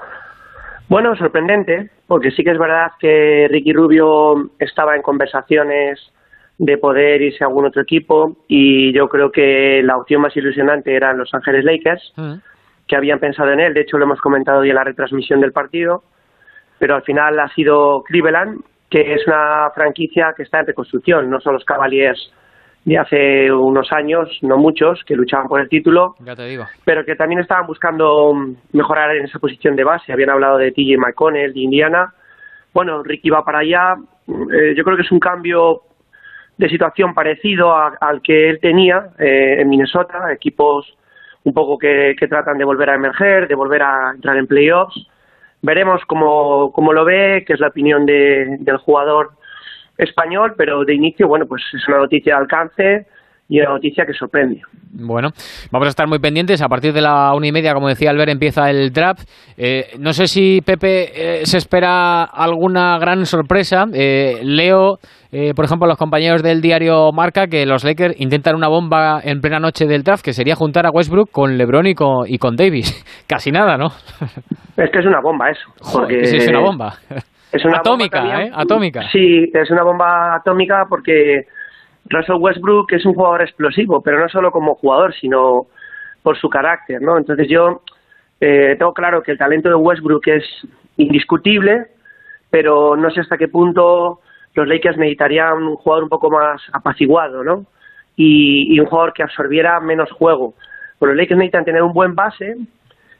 Speaker 14: Bueno, sorprendente, porque sí que es verdad que Ricky Rubio estaba en conversaciones de poder irse a algún otro equipo, y yo creo que la opción más ilusionante eran Los Ángeles Lakers. Mm. que habían pensado en él. De hecho, lo hemos comentado hoy en la retransmisión del partido, pero al final ha sido Cleveland, que es una franquicia que está en reconstrucción. No son los Cavaliers de hace unos años, no muchos, que luchaban por el título,
Speaker 3: ya te digo,
Speaker 14: pero que también estaban buscando mejorar en esa posición de base. Habían hablado de T J McConnell, de Indiana. Bueno, Ricky va para allá. Eh, yo creo que es un cambio de situación parecido a, al que él tenía eh, en Minnesota, equipos un poco que, que tratan de volver a emerger, de volver a entrar en playoffs. Veremos cómo, cómo lo ve, qué es la opinión de, del jugador español, pero de inicio, bueno, pues es una noticia de alcance y una noticia que sorprende.
Speaker 3: Bueno, vamos a estar muy pendientes. A partir de la una y media, como decía Albert, empieza el draft. Eh, no sé si, Pepe, eh, se espera alguna gran sorpresa. Eh, leo, eh, por ejemplo, los compañeros del diario Marca, que los Lakers intentan una bomba en plena noche del draft, que sería juntar a Westbrook con LeBron y con, y con Davis. Casi nada, ¿no?
Speaker 14: Es que es una bomba eso. Porque
Speaker 3: Joder, sí, es una bomba.
Speaker 14: Es una
Speaker 3: atómica,
Speaker 14: bomba también,
Speaker 3: ¿eh? Atómica.
Speaker 14: Sí, es una bomba atómica porque Russell Westbrook es un jugador explosivo, pero no solo como jugador, sino por su carácter, ¿no? Entonces yo eh, tengo claro que el talento de Westbrook es indiscutible, pero no sé hasta qué punto los Lakers necesitarían un jugador un poco más apaciguado, ¿no? Y, y un jugador que absorbiera menos juego. Pues los Lakers necesitan tener un buen base,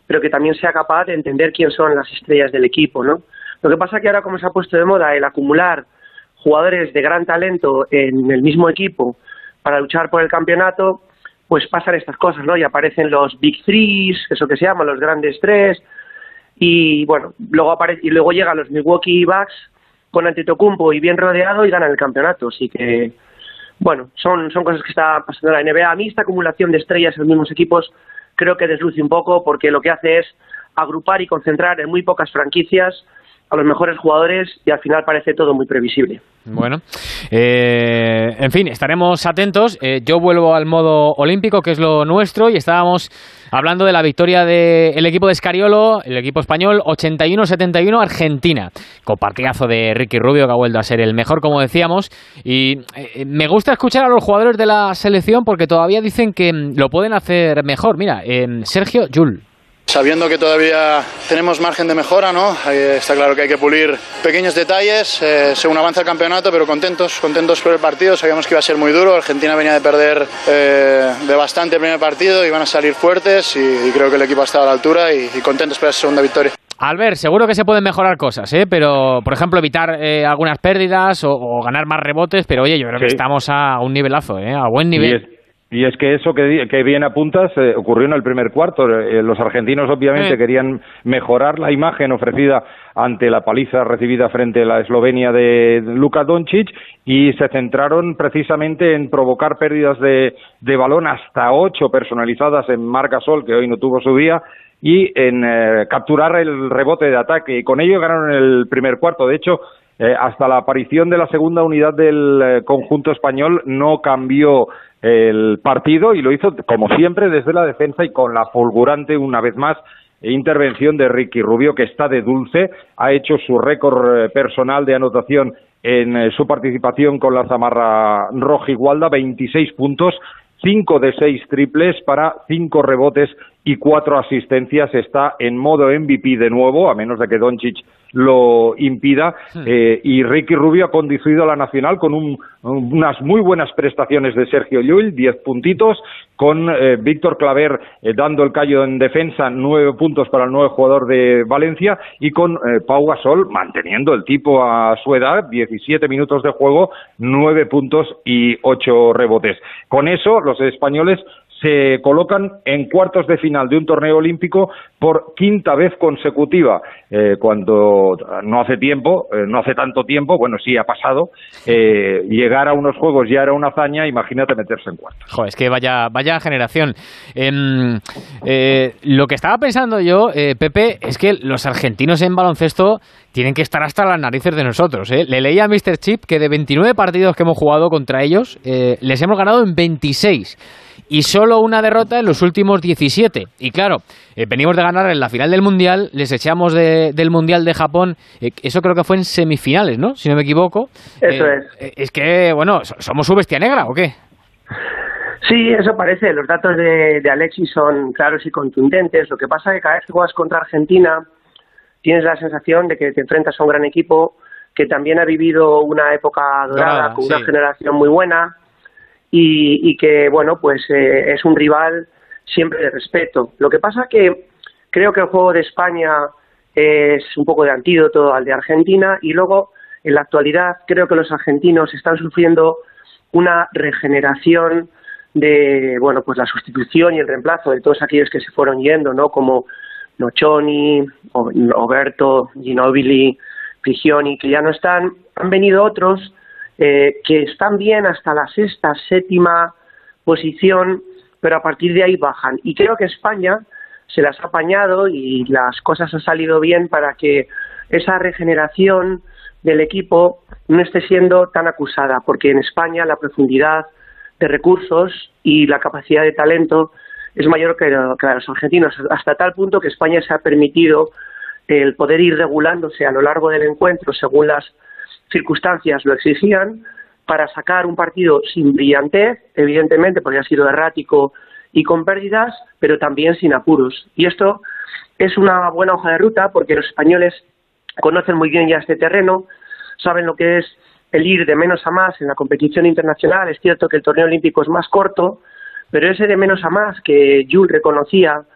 Speaker 14: pero que también sea capaz de entender quién son las estrellas del equipo, ¿no? Lo que pasa que ahora, como se ha puesto de moda el acumular jugadores de gran talento en el mismo equipo para luchar por el campeonato, pues pasan estas cosas, ¿no? Y aparecen los Big Threes, eso que se llama, los grandes tres, y bueno, luego aparece, y luego llegan los Milwaukee Bucks con Antetokounmpo y bien rodeado y ganan el campeonato, así que bueno, son, son cosas que está pasando en la N B A. A mí esta acumulación de estrellas en los mismos equipos creo que desluce un poco, porque lo que hace es agrupar y concentrar en muy pocas franquicias a los mejores jugadores y al final parece todo muy previsible.
Speaker 3: Bueno, eh, en fin, estaremos atentos. Eh, yo vuelvo al modo olímpico, que es lo nuestro, y estábamos hablando de la victoria del equipo de Scariolo, el equipo español, ochenta y uno setenta y uno Argentina, con partidazo de Ricky Rubio, que ha vuelto a ser el mejor, como decíamos, y eh, me gusta escuchar a los jugadores de la selección porque todavía dicen que lo pueden hacer mejor. Mira, eh, Sergio Llull.
Speaker 15: Sabiendo que todavía tenemos margen de mejora, ¿no? Está claro que hay que pulir pequeños detalles eh, según avanza el campeonato, pero contentos, contentos por el partido. Sabíamos que iba a ser muy duro. Argentina venía de perder eh, de bastante el primer partido, iban a salir fuertes y, y creo que el equipo ha estado a la altura y, y contentos por esa segunda victoria.
Speaker 3: Albert, seguro que se pueden mejorar cosas, ¿eh? Pero, por ejemplo, evitar eh, algunas pérdidas o, o ganar más rebotes, pero oye, yo creo sí. que estamos a un nivelazo, ¿eh? A buen nivel.
Speaker 13: Y es que eso que, que bien apuntas eh, ocurrió en el primer cuarto. Eh, los argentinos obviamente eh. querían mejorar la imagen ofrecida ante la paliza recibida frente a la Eslovenia de Luka Doncic y se centraron precisamente en provocar pérdidas de, de balón hasta ocho personalizadas en Marc Gasol, que hoy no tuvo su día, y en eh, capturar el rebote de ataque. Y con ello ganaron el primer cuarto. De hecho, eh, hasta la aparición de la segunda unidad del eh, conjunto español no cambió el partido y lo hizo, como siempre, desde la defensa y con la fulgurante, una vez más, intervención de Ricky Rubio, que está de dulce, ha hecho su récord personal de anotación en su participación con la zamarra rojigualda, veintiséis puntos, cinco de seis triples para cinco rebotes y cuatro asistencias. Está en modo M V P de nuevo, a menos de que Doncic lo impida, eh, y Ricky Rubio ha conducido a la Nacional con un, unas muy buenas prestaciones de Sergio Llull, diez puntitos, con eh, Víctor Claver eh, dando el callo en defensa, nueve puntos para el nuevo jugador de Valencia, y con eh, Pau Gasol manteniendo el tipo a su edad, diecisiete minutos de juego, nueve puntos y ocho rebotes. Con eso, los españoles se colocan en cuartos de final de un torneo olímpico por quinta vez consecutiva, eh, cuando no hace tiempo, eh, no hace tanto tiempo, bueno, sí ha pasado, eh, llegar a unos juegos ya era una hazaña, imagínate meterse en cuartos.
Speaker 3: Joder, es que vaya, vaya generación. Eh, eh, lo que estaba pensando yo, eh, Pepe, es que los argentinos en baloncesto tienen que estar hasta las narices de nosotros, ¿eh? Le leí a míster Chip que de veintinueve partidos que hemos jugado contra ellos, eh, les hemos ganado en veintiséis. Y solo una derrota en los últimos diecisiete. Y claro, eh, venimos de ganar en la final del Mundial, les echamos de, del Mundial de Japón, eh, eso creo que fue en semifinales, ¿no? Si no me equivoco.
Speaker 14: Eso
Speaker 3: eh,
Speaker 14: es.
Speaker 3: Es que, bueno, ¿somos su bestia negra o qué?
Speaker 14: Sí, eso parece. Los datos de, de Alexis son claros y contundentes. Lo que pasa es que cada vez que juegas contra Argentina tienes la sensación de que te enfrentas a un gran equipo que también ha vivido una época dorada, ah, con sí. una generación muy buena. Y, y que, bueno, pues eh, es un rival siempre de respeto. Lo que pasa que creo que el juego de España es un poco de antídoto al de Argentina y luego, en la actualidad, creo que los argentinos están sufriendo una regeneración de, bueno, pues la sustitución y el reemplazo de todos aquellos que se fueron yendo, ¿no? Como Nocioni, Oberto, Ginóbili, Prigioni, que ya no están. Han venido otros Eh, que están bien hasta la sexta, séptima posición, pero a partir de ahí bajan. Y creo que España se las ha apañado y las cosas han salido bien para que esa regeneración del equipo no esté siendo tan acusada, porque en España la profundidad de recursos y la capacidad de talento es mayor que, que la de los argentinos, hasta tal punto que España se ha permitido el poder ir regulándose a lo largo del encuentro según las circunstancias lo exigían, para sacar un partido sin brillantez, evidentemente porque ha sido errático y con pérdidas, pero también sin apuros. Y esto es una buena hoja de ruta porque los españoles conocen muy bien ya este terreno, saben lo que es el ir de menos a más en la competición internacional. Es cierto que el torneo olímpico es más corto, pero ese de menos a más que Jules reconocía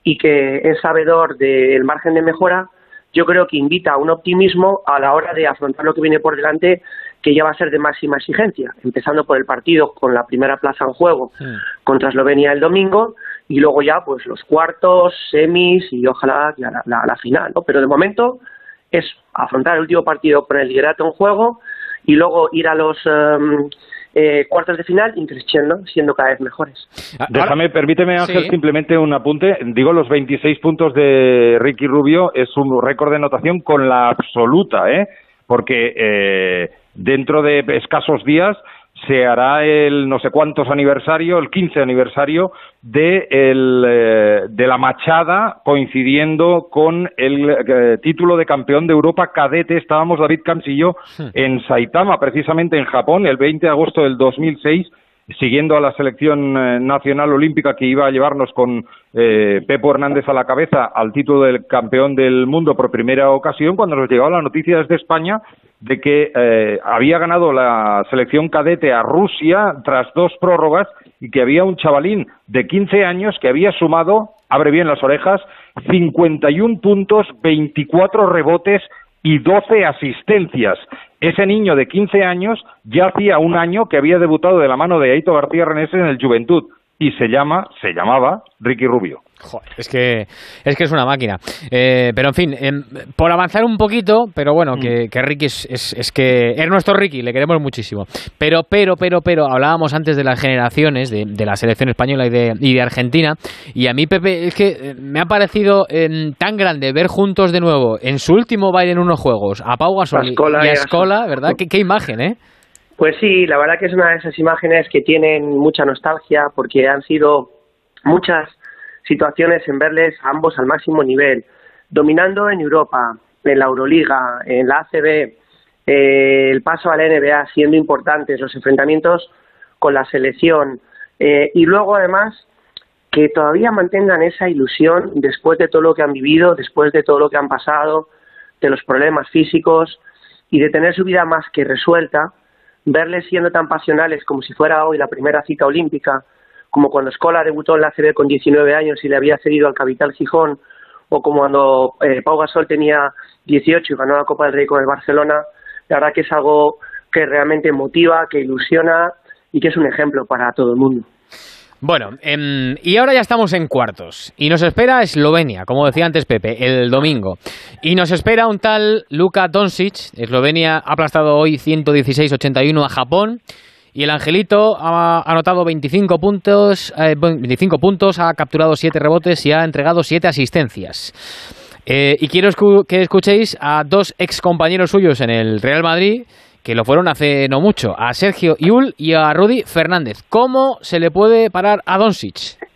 Speaker 14: y que es sabedor del margen de mejora, yo creo que invita a un optimismo a la hora de afrontar lo que viene por delante, que ya va a ser de máxima exigencia, empezando por el partido con la primera plaza en juego sí. contra Eslovenia el domingo, y luego ya pues los cuartos, semis y ojalá ya la, la, la final, ¿no? Pero de momento es afrontar el último partido con el liderato en juego y luego ir a los um, eh, cuartos de final increciendo, siendo cada vez mejores.
Speaker 13: Déjame, permíteme, Ángel,
Speaker 14: sí.
Speaker 13: simplemente un apunte. Digo, los veintiséis puntos de Ricky Rubio es un récord de anotación con la absoluta, ¿eh? Porque eh, dentro de escasos días se hará el no sé cuántos aniversario, el quince aniversario de, el, eh, de la machada, coincidiendo con el eh, título de campeón de Europa cadete. Estábamos David Camps y yo en Saitama, precisamente en Japón, el veinte de agosto del dos mil seis, siguiendo a la selección eh, nacional olímpica que iba a llevarnos con eh, Pepo Hernández a la cabeza al título del campeón del mundo por primera ocasión, cuando nos llegaba la noticia desde España de que eh, había ganado la selección cadete a Rusia tras dos prórrogas y que había un chavalín de quince años que había sumado, abre bien las orejas, cincuenta y un puntos, veinticuatro rebotes y doce asistencias. Ese niño de quince años ya hacía un año que había debutado de la mano de Aito García Renese en el Juventud y se llama, se llamaba Ricky Rubio.
Speaker 3: Joder, es que es que es una máquina. Eh, pero en fin, eh, por avanzar un poquito, pero bueno, mm. que, que Ricky es, es, es que es nuestro Ricky, le queremos muchísimo. Pero, pero, pero, pero, hablábamos antes de las generaciones de, de la selección española y de, y de Argentina, y a mí, Pepe, es que me ha parecido eh, tan grande ver juntos de nuevo en su último baile en unos juegos a Pau Gasol y a Scola, ¿verdad? ¿Qué, qué imagen, ¿eh?
Speaker 14: Pues sí, la verdad que es una de esas imágenes que tienen mucha nostalgia porque han sido muchas situaciones en verles a ambos al máximo nivel, dominando en Europa, en la Euroliga, en la A C B, eh, el paso a la N B A siendo importantes, los enfrentamientos con la selección, eh, y luego además que todavía mantengan esa ilusión después de todo lo que han vivido, después de todo lo que han pasado, de los problemas físicos y de tener su vida más que resuelta, verles siendo tan pasionales como si fuera hoy la primera cita olímpica, como cuando Scola debutó en la A C B con diecinueve años y le había cedido al Capital Gijón, o como cuando eh, Pau Gasol tenía dieciocho y ganó la Copa del Rey con el Barcelona. La verdad que es algo que realmente motiva, que ilusiona y que es un ejemplo para todo el mundo.
Speaker 3: Bueno, eh, y ahora ya estamos en cuartos y nos espera Eslovenia, como decía antes Pepe, el domingo, y nos espera un tal Luka Doncic. Eslovenia ha aplastado hoy ciento dieciséis a ochenta y uno a Japón y el Angelito ha anotado veinticinco puntos, eh, veinticinco puntos, ha capturado siete rebotes y ha entregado siete asistencias. Eh, y quiero escu- que escuchéis a dos ex compañeros suyos en el Real Madrid, que lo fueron hace no mucho, a Sergio Llull y a Rudy Fernández. ¿Cómo se le puede parar a Doncic?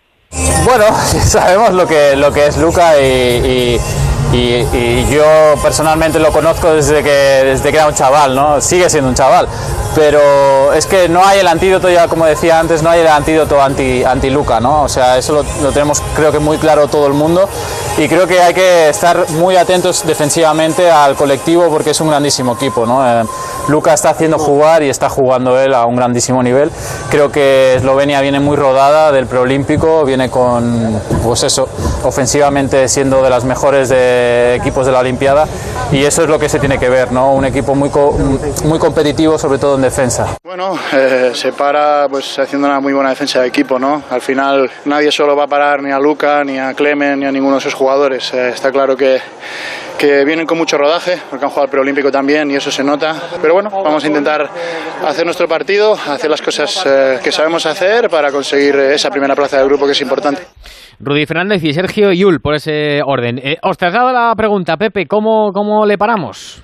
Speaker 16: Bueno, sabemos lo que, lo que es Luka y, y, y, y yo personalmente lo conozco desde que, desde que era un chaval, ¿no? Sigue siendo un chaval, pero es que no hay el antídoto, ya como decía antes, no hay el antídoto anti, anti Luka, ¿no? O sea, eso lo, lo tenemos creo que muy claro todo el mundo y creo que hay que estar muy atentos defensivamente al colectivo porque es un grandísimo equipo, ¿no? Eh, Luka está haciendo jugar y está jugando él a un grandísimo nivel. Creo que Eslovenia viene muy rodada del preolímpico, viene con, pues eso, ofensivamente siendo de las mejores de equipos de la Olimpiada y eso es lo que se tiene que ver, ¿no? Un equipo muy, co muy competitivo, sobre todo en defensa.
Speaker 15: Bueno, eh, se para pues haciendo una muy buena defensa de equipo, ¿no? Al final nadie solo va a parar ni a Luka, ni a Clemen, ni a ninguno de esos jugadores. Eh, está claro que, que vienen con mucho rodaje, porque han jugado al preolímpico también y eso se nota. Pero bueno, vamos a intentar hacer nuestro partido, hacer las cosas eh, que sabemos hacer para conseguir esa primera plaza del grupo que es importante.
Speaker 3: Rudy Fernández y Sergio Llull, por ese orden. Eh, os traslado la pregunta, Pepe, ¿cómo, cómo le paramos?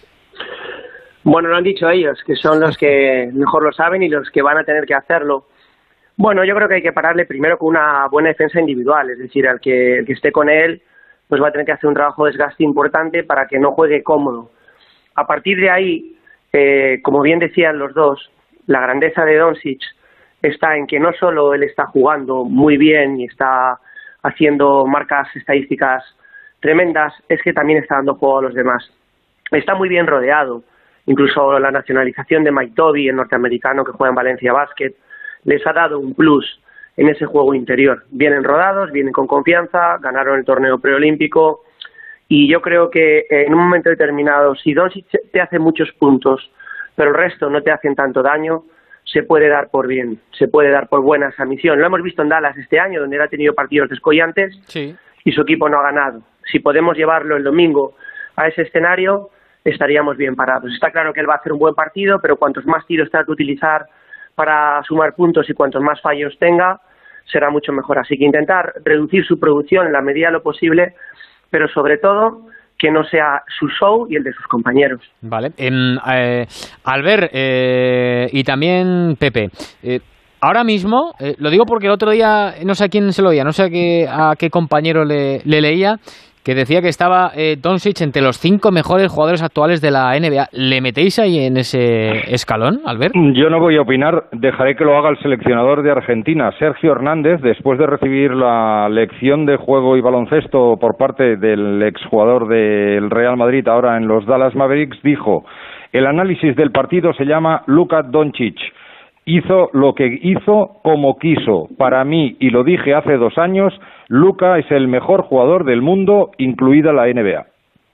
Speaker 14: Bueno, lo han dicho ellos, que son los que mejor lo saben y los que van a tener que hacerlo. Bueno, yo creo que hay que pararle primero con una buena defensa individual, es decir, al que, el que esté con él pues va a tener que hacer un trabajo de desgaste importante para que no juegue cómodo. A partir de ahí, eh, como bien decían los dos, la grandeza de Doncic está en que no solo él está jugando muy bien y está haciendo marcas estadísticas tremendas, es que también está dando juego a los demás. Está muy bien rodeado. Incluso la nacionalización de Mike Tobey, el norteamericano que juega en Valencia Basket, les ha dado un plus en ese juego interior. Vienen rodados, vienen con confianza, ganaron el torneo preolímpico y yo creo que en un momento determinado, si Doncic te hace muchos puntos, pero el resto no te hacen tanto daño, se puede dar por bien, se puede dar por buena esa misión. Lo hemos visto en Dallas este año, donde él ha tenido partidos descollantes
Speaker 3: sí.
Speaker 14: y su equipo no ha ganado. Si podemos llevarlo el domingo a ese escenario, estaríamos bien parados. Está claro que él va a hacer un buen partido, pero cuantos más tiros tenga que utilizar para sumar puntos y cuantos más fallos tenga, será mucho mejor. Así que intentar reducir su producción en la medida de lo posible, pero sobre todo que no sea su show y el de sus compañeros.
Speaker 3: Vale. Eh, eh, Albert eh, y también Pepe, eh, ahora mismo, eh, lo digo porque el otro día, no sé a quién se lo oía, no sé a qué, a qué compañero le, le leía, que decía que estaba eh, Doncic entre los cinco mejores jugadores actuales de la N B A. ¿Le metéis ahí en ese escalón, Albert?
Speaker 13: Yo no voy a opinar, dejaré que lo haga el seleccionador de Argentina, Sergio Hernández, después de recibir la lección de juego y baloncesto por parte del exjugador del Real Madrid, ahora en los Dallas Mavericks, dijo: el análisis del partido se llama Luka Doncic. Hizo lo que hizo como quiso. Para mí, y lo dije hace dos años, Luka es el mejor jugador del mundo, incluida la N B A.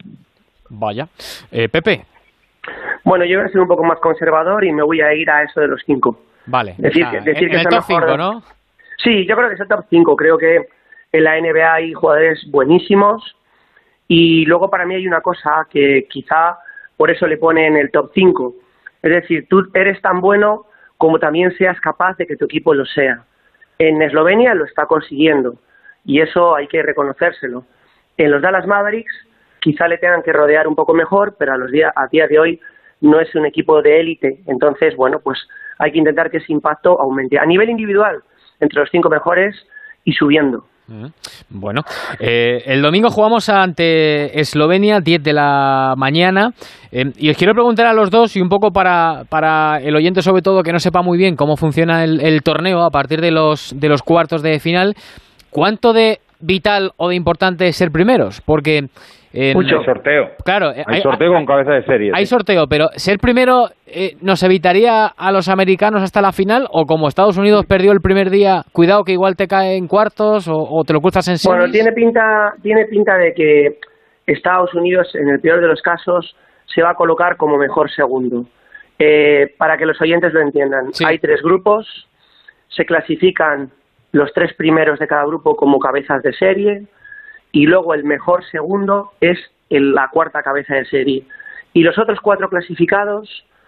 Speaker 3: Vaya. Eh, Pepe.
Speaker 14: Bueno, yo voy a ser un poco más conservador y me voy a ir a eso de los cinco.
Speaker 3: Vale.
Speaker 14: Decir,
Speaker 3: o sea,
Speaker 14: decir
Speaker 3: en,
Speaker 14: que
Speaker 3: en
Speaker 14: es
Speaker 3: el top
Speaker 14: mejor...
Speaker 3: cinco, ¿no?
Speaker 14: Sí, yo creo que es el top cinco. Creo que en la N B A hay jugadores buenísimos y luego para mí hay una cosa que quizá por eso le pone en el top cinco. Es decir, tú eres tan bueno como también seas capaz de que tu equipo lo sea. En Eslovenia lo está consiguiendo y eso hay que reconocérselo. En los Dallas Mavericks quizá le tengan que rodear un poco mejor, pero a los días, a día de hoy no es un equipo de élite. Entonces, bueno, pues hay que intentar que ese impacto aumente. A nivel individual, entre los cinco mejores y subiendo.
Speaker 3: Bueno, eh, el domingo jugamos ante Eslovenia, diez de la mañana, eh, y os quiero preguntar a los dos, y un poco para, para el oyente sobre todo que no sepa muy bien cómo funciona el, el torneo a partir de los, de los cuartos de final, ¿cuánto de vital o de importante es ser primeros? Porque... Eh,
Speaker 13: Mucho hay sorteo.
Speaker 3: Claro, hay,
Speaker 13: hay sorteo hay, con cabeza de serie.
Speaker 3: Hay
Speaker 13: sí.
Speaker 3: sorteo, pero ser primero eh, nos evitaría a los americanos hasta la final, o como Estados Unidos perdió el primer día, cuidado que igual te cae en cuartos o, o te lo cruzas en semis.
Speaker 14: Bueno, tiene pinta, tiene pinta de que Estados Unidos, en el peor de los casos, se va a colocar como mejor segundo. Eh, para que los oyentes lo entiendan, sí. Hay tres grupos, se clasifican los tres primeros de cada grupo como cabezas de serie. Y luego el mejor segundo es el, la cuarta cabeza de serie. Y los otros cuatro clasificados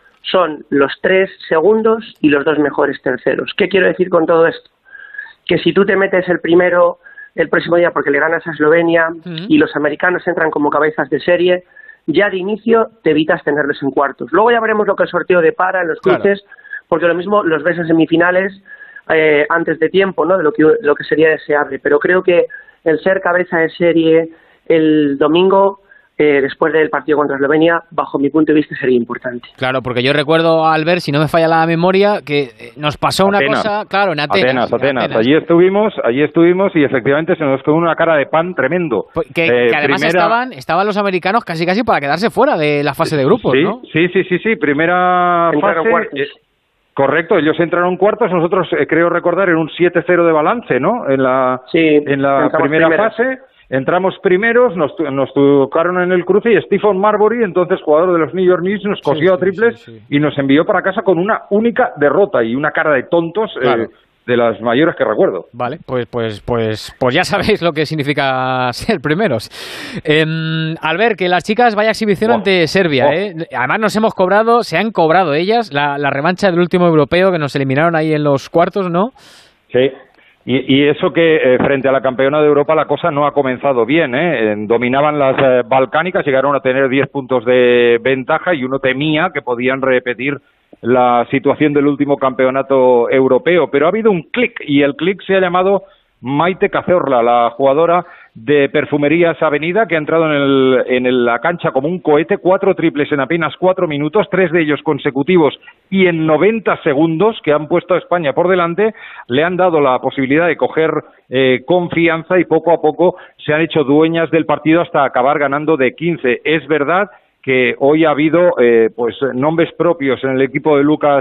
Speaker 14: son los tres segundos y los dos mejores terceros. ¿Qué quiero decir con todo esto? Que si tú te metes el primero el próximo día porque le ganas a Eslovenia uh-huh. y los americanos entran como cabezas de serie, ya de inicio te evitas tenerlos en cuartos. Luego ya veremos lo que el sorteo depara en los cruces, claro. Porque lo mismo los ves en semifinales eh, antes de tiempo, ¿no? De lo que, lo que sería deseable. Pero creo que el ser cabeza de serie el domingo, eh, después del partido contra Eslovenia, bajo mi punto de vista sería importante.
Speaker 3: Claro, porque yo recuerdo, Albert, si no me falla la memoria, que nos pasó una
Speaker 13: Atenas.
Speaker 3: cosa, claro, en Atenas.
Speaker 13: Atenas, Atenas.
Speaker 3: Atenas.
Speaker 13: Allí estuvimos, allí estuvimos y efectivamente se nos quedó una cara de pan tremendo.
Speaker 3: Que,
Speaker 13: eh,
Speaker 3: que además
Speaker 13: primera...
Speaker 3: estaban, estaban los americanos casi casi para quedarse fuera de la fase de grupos,
Speaker 13: sí,
Speaker 3: ¿no?
Speaker 13: Sí, sí, sí, sí. Primera
Speaker 14: Entraron
Speaker 13: fase... Eh, correcto, ellos entraron cuartos, nosotros eh, creo recordar en un siete cero de balance, ¿no? En la,
Speaker 14: sí,
Speaker 13: en la primera
Speaker 14: primeros.
Speaker 13: fase... Entramos primeros, nos, nos tocaron en el cruce y Stephen Marbury, entonces jugador de los New York Knicks, nos cogió sí, a triples sí, sí, sí. y nos envió para casa con una única derrota y una cara de tontos claro. eh, de las mayores que recuerdo.
Speaker 3: Vale, pues pues pues pues ya sabéis lo que significa ser primeros. Eh, Albert, que las chicas vaya exhibición oh, ante Serbia, oh. ¿eh? Además nos hemos cobrado, se han cobrado ellas la, la revancha del último europeo que nos eliminaron ahí en los cuartos, ¿no?
Speaker 13: Sí. Y, y eso que eh, frente a la campeona de Europa la cosa no ha comenzado bien, ¿eh? Dominaban las eh, balcánicas, llegaron a tener diez puntos de ventaja y uno temía que podían repetir la situación del último campeonato europeo. Pero ha habido un clic y el clic se ha llamado Maite Cazorla, la jugadora de Perfumerías Avenida, que ha entrado en, el, en el, la cancha como un cohete, cuatro triples en apenas cuatro minutos, tres de ellos consecutivos y en noventa segundos, que han puesto a España por delante, le han dado la posibilidad de coger eh, confianza y poco a poco se han hecho dueñas del partido hasta acabar ganando de quince. Es verdad que hoy ha habido eh, pues nombres propios en el equipo de Lucas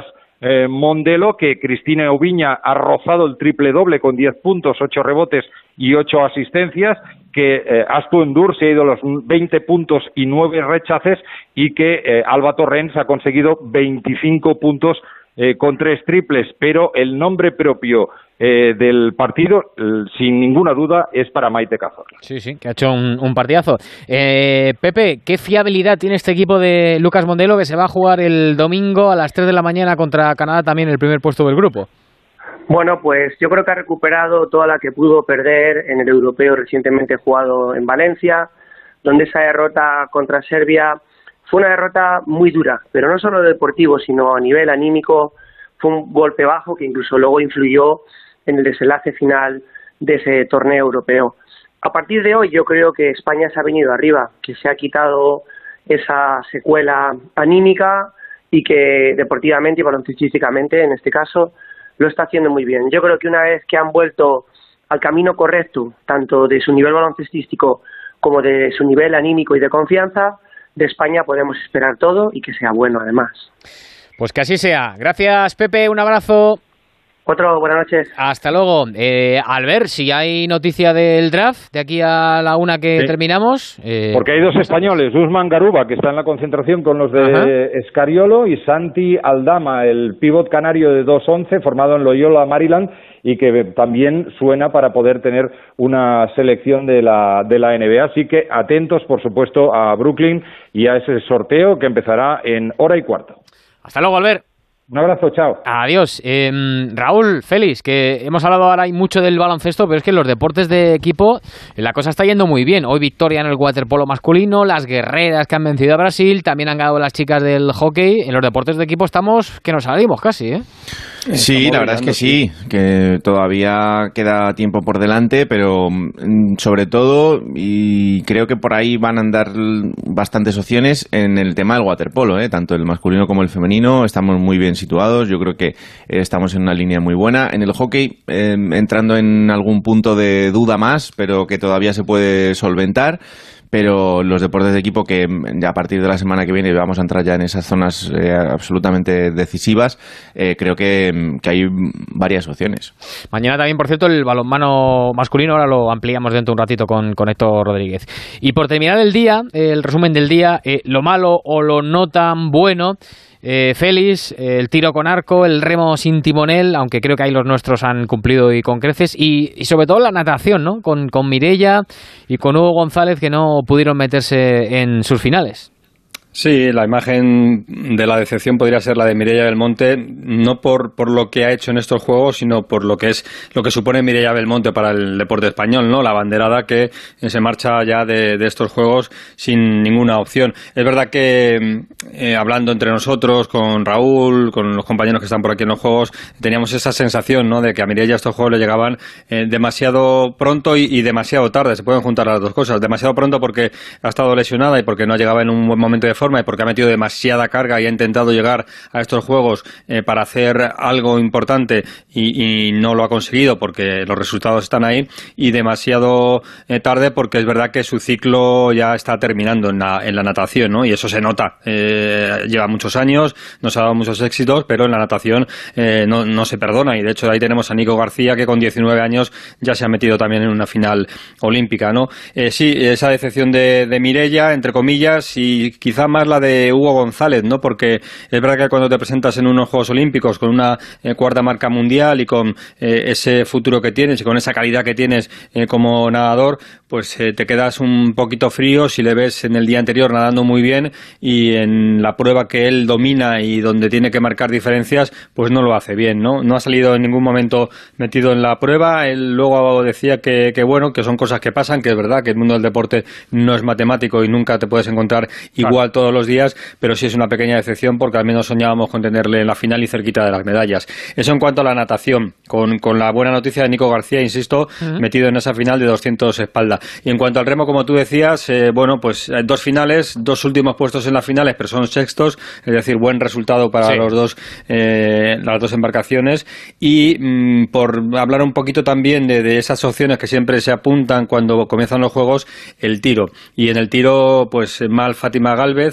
Speaker 13: eh, Mondelo, que Cristina Ubiña ha rozado el triple doble con diez puntos, ocho rebotes y ocho asistencias, que eh, Astu Endur se ha ido a los veinte puntos y nueve rechaces, y que eh, Alba Torrens ha conseguido veinticinco puntos eh, con tres triples, pero el nombre propio eh, del partido, eh, sin ninguna duda, es para Maite Cazorla.
Speaker 3: Sí, sí, que ha hecho un, un partidazo. Eh, Pepe, ¿qué fiabilidad tiene este equipo de Lucas Mondelo, que se va a jugar el domingo a las tres de la mañana contra Canadá, también el primer puesto del grupo?
Speaker 14: Bueno, pues yo creo que ha recuperado toda la que pudo perder en el europeo recientemente jugado en Valencia, donde esa derrota contra Serbia fue una derrota muy dura, pero no solo deportivo, sino a nivel anímico. Fue un golpe bajo que incluso luego influyó en el desenlace final de ese torneo europeo. A partir de hoy yo creo que España se ha venido arriba, que se ha quitado esa secuela anímica y que deportivamente y baloncestísticamente, en este caso, lo está haciendo muy bien. Yo creo que una vez que han vuelto al camino correcto, tanto de su nivel baloncestístico como de su nivel anímico y de confianza, de España podemos esperar todo y que sea bueno además.
Speaker 3: Pues que así sea. Gracias, Pepe, un abrazo.
Speaker 14: Otro, buenas noches.
Speaker 3: Hasta luego. Eh, Albert, si hay noticia del draft de aquí a la una que sí. terminamos. Eh...
Speaker 13: Porque hay dos españoles, Usman Garuba, que está en la concentración con los de Ajá. Escariolo, y Santi Aldama, el pívot canario de dos once, formado en Loyola, Maryland, y que también suena para poder tener una selección de la, de la N B A. Así que atentos, por supuesto, a Brooklyn y a ese sorteo que empezará en hora y cuarto.
Speaker 3: Hasta luego, Albert.
Speaker 13: Un abrazo, chao.
Speaker 3: Adiós. Eh, Raúl, Félix, que hemos hablado ahora mucho del baloncesto, pero es que en los deportes de equipo la cosa está yendo muy bien. Hoy victoria en el waterpolo masculino, las guerreras que han vencido a Brasil, también han ganado las chicas del hockey. En los deportes de equipo estamos que nos salimos casi, ¿eh?
Speaker 4: Sí, la verdad es que sí, que todavía queda tiempo por delante, pero sobre todo, y creo que por ahí van a andar bastantes opciones en el tema del waterpolo, ¿eh? Tanto el masculino como el femenino, estamos muy bien situados, yo creo que estamos en una línea muy buena. En el hockey, eh, entrando en algún punto de duda más, pero que todavía se puede solventar. Pero los deportes de equipo, que ya a partir de la semana que viene vamos a entrar ya en esas zonas eh, absolutamente decisivas, eh, creo que, que hay varias opciones.
Speaker 3: Mañana también, por cierto, el balonmano masculino, ahora lo ampliamos dentro de un ratito con, con Héctor Rodríguez. Y por terminar el día, eh, el resumen del día, eh, lo malo o lo no tan bueno. Eh, Félix, eh, el tiro con arco, el remo sin timonel, aunque creo que ahí los nuestros han cumplido y con creces, y, y sobre todo la natación, ¿no? Con, con Mireia y con Hugo González, que no pudieron meterse en sus finales.
Speaker 5: Sí, la imagen de la decepción podría ser la de Mireia Belmonte, no por, por lo que ha hecho en estos Juegos, sino por lo que es lo que supone Mireia Belmonte para el deporte español, ¿no? La abanderada que se marcha ya de, de estos Juegos sin ninguna opción. Es verdad que eh, hablando entre nosotros, con Raúl, con los compañeros que están por aquí en los Juegos, teníamos esa sensación, ¿no? De que a Mireia estos Juegos le llegaban eh, demasiado pronto y, y demasiado tarde. Se pueden juntar las dos cosas. Demasiado pronto porque ha estado lesionada y porque no llegaba en un buen momento de forma, y porque ha metido demasiada carga y ha intentado llegar a estos Juegos eh, para hacer algo importante y, y no lo ha conseguido porque los resultados están ahí, y demasiado eh, tarde porque es verdad que su ciclo ya está terminando en la, en la natación, ¿no? Y eso se nota. Eh, lleva muchos años, nos ha dado muchos éxitos, pero en la natación eh, no, no se perdona, y de hecho ahí tenemos a Nico García, que con diecinueve años ya se ha metido también en una final olímpica, ¿no? Eh, sí, esa decepción de, de Mireia, entre comillas, y quizá más la de Hugo González, ¿no? Porque es verdad que cuando te presentas en unos Juegos Olímpicos con una eh, cuarta marca mundial y con eh, ese futuro que tienes y con esa calidad que tienes eh, como nadador, pues eh, te quedas un poquito frío si le ves en el día anterior nadando muy bien y en la prueba que él domina y donde tiene que marcar diferencias, pues no lo hace bien, ¿no? No ha salido en ningún momento metido en la prueba. Él luego decía que, que bueno, que son cosas que pasan, que es verdad que el mundo del deporte no es matemático y nunca te puedes encontrar igual todos los días, pero sí es una pequeña decepción porque al menos soñábamos con tenerle en la final y cerquita de las medallas. Eso en cuanto a la natación, con, con la buena noticia de Nico García, insisto, uh-huh. metido en esa final de doscientos espalda. Y en cuanto al remo, como tú decías, eh, bueno, pues dos finales, dos últimos puestos en las finales, pero son sextos, es decir, buen resultado para sí. los dos, eh, las dos embarcaciones. Y mmm, por hablar un poquito también de, de esas opciones que siempre se apuntan cuando comienzan los Juegos, el tiro. Y en el tiro, pues mal Fátima Gálvez,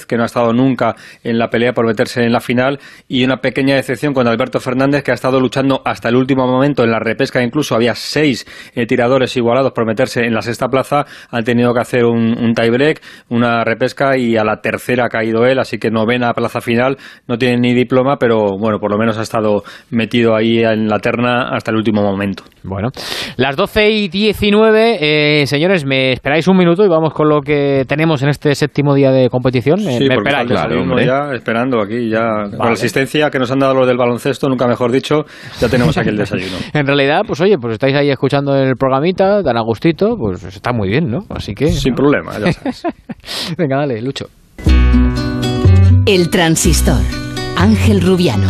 Speaker 5: Álvarez, que no ha estado nunca en la pelea por meterse en la final, y una pequeña decepción con Alberto Fernández, que ha estado luchando hasta el último momento en la repesca. Incluso había seis eh, tiradores igualados por meterse en la sexta plaza, han tenido que hacer un, un tiebreak, una repesca, y a la tercera ha caído él, así que novena plaza final, no tiene ni diploma, pero bueno, por lo menos ha estado metido ahí en la terna hasta el último momento.
Speaker 3: Bueno, las doce y diecinueve, eh, señores, me esperáis un minuto y vamos con lo que tenemos en este séptimo día de competición.
Speaker 5: Sí,
Speaker 3: me
Speaker 5: porque
Speaker 3: esperáis,
Speaker 5: claro, ya esperando aquí, ya
Speaker 3: vale.
Speaker 5: Con la asistencia que nos han dado los del baloncesto, nunca mejor dicho, ya tenemos aquí el desayuno.
Speaker 3: En realidad, pues oye, pues estáis ahí escuchando el programita, tan a gustito, pues está muy bien, ¿no? Así que...
Speaker 5: Sin
Speaker 3: ¿no?
Speaker 5: problema, ya sabes.
Speaker 3: Venga, dale, Lucho.
Speaker 1: El transistor. Ángel Rubiano.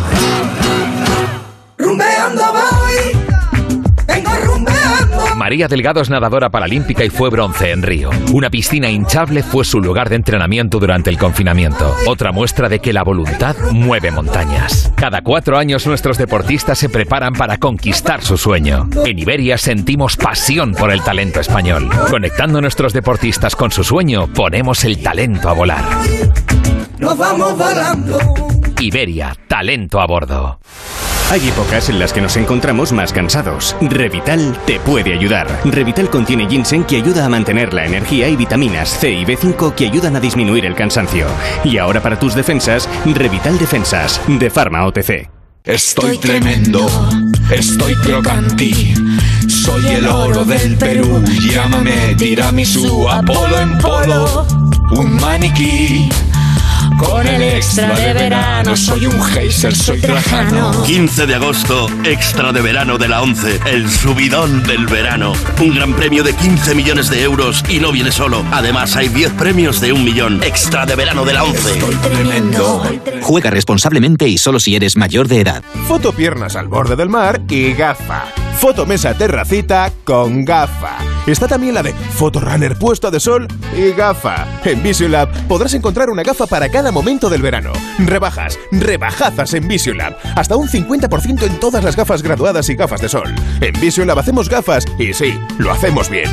Speaker 17: Rumbeando voy, vengo rumbeando.
Speaker 18: María Delgado es nadadora paralímpica y fue bronce en Río. Una piscina hinchable fue su lugar de entrenamiento durante el confinamiento. Otra muestra de que la voluntad mueve montañas. Cada cuatro años nuestros deportistas se preparan para conquistar su sueño. En Iberia sentimos pasión por el talento español. Conectando nuestros deportistas con su sueño, ponemos el talento a volar.
Speaker 17: Nos vamos volando.
Speaker 18: Iberia, talento a bordo.
Speaker 19: Hay épocas en las que nos encontramos más cansados. Revital te puede ayudar. Revital contiene ginseng, que ayuda a mantener la energía, y vitaminas C y B cinco que ayudan a disminuir el cansancio. Y ahora para tus defensas, Revital Defensas, de Pharma O T C.
Speaker 20: Estoy tremendo, estoy crocanti, soy el oro del Perú. Llámame tiramisú, Apolo en polo, un maniquí. Con el extra de verano, soy un geyser, soy Trajano.
Speaker 21: quince de agosto, extra de verano de la ONCE, el subidón del verano. Un gran premio de quince millones de euros y no viene solo. Además, hay diez premios de un millón. Extra de verano de la ONCE.
Speaker 20: Estoy tremendo.
Speaker 22: Juega responsablemente y solo si eres mayor de edad.
Speaker 23: Foto piernas al borde del mar y gafa. Foto mesa terracita con gafa. Está también la de Fotorunner puesta de sol y gafa. En Visiolab podrás encontrar una gafa para cada momento del verano. Rebajas, rebajazas en Visiolab. Hasta un cincuenta por ciento en todas las gafas graduadas y gafas de sol. En Visiolab hacemos gafas y sí, lo hacemos bien.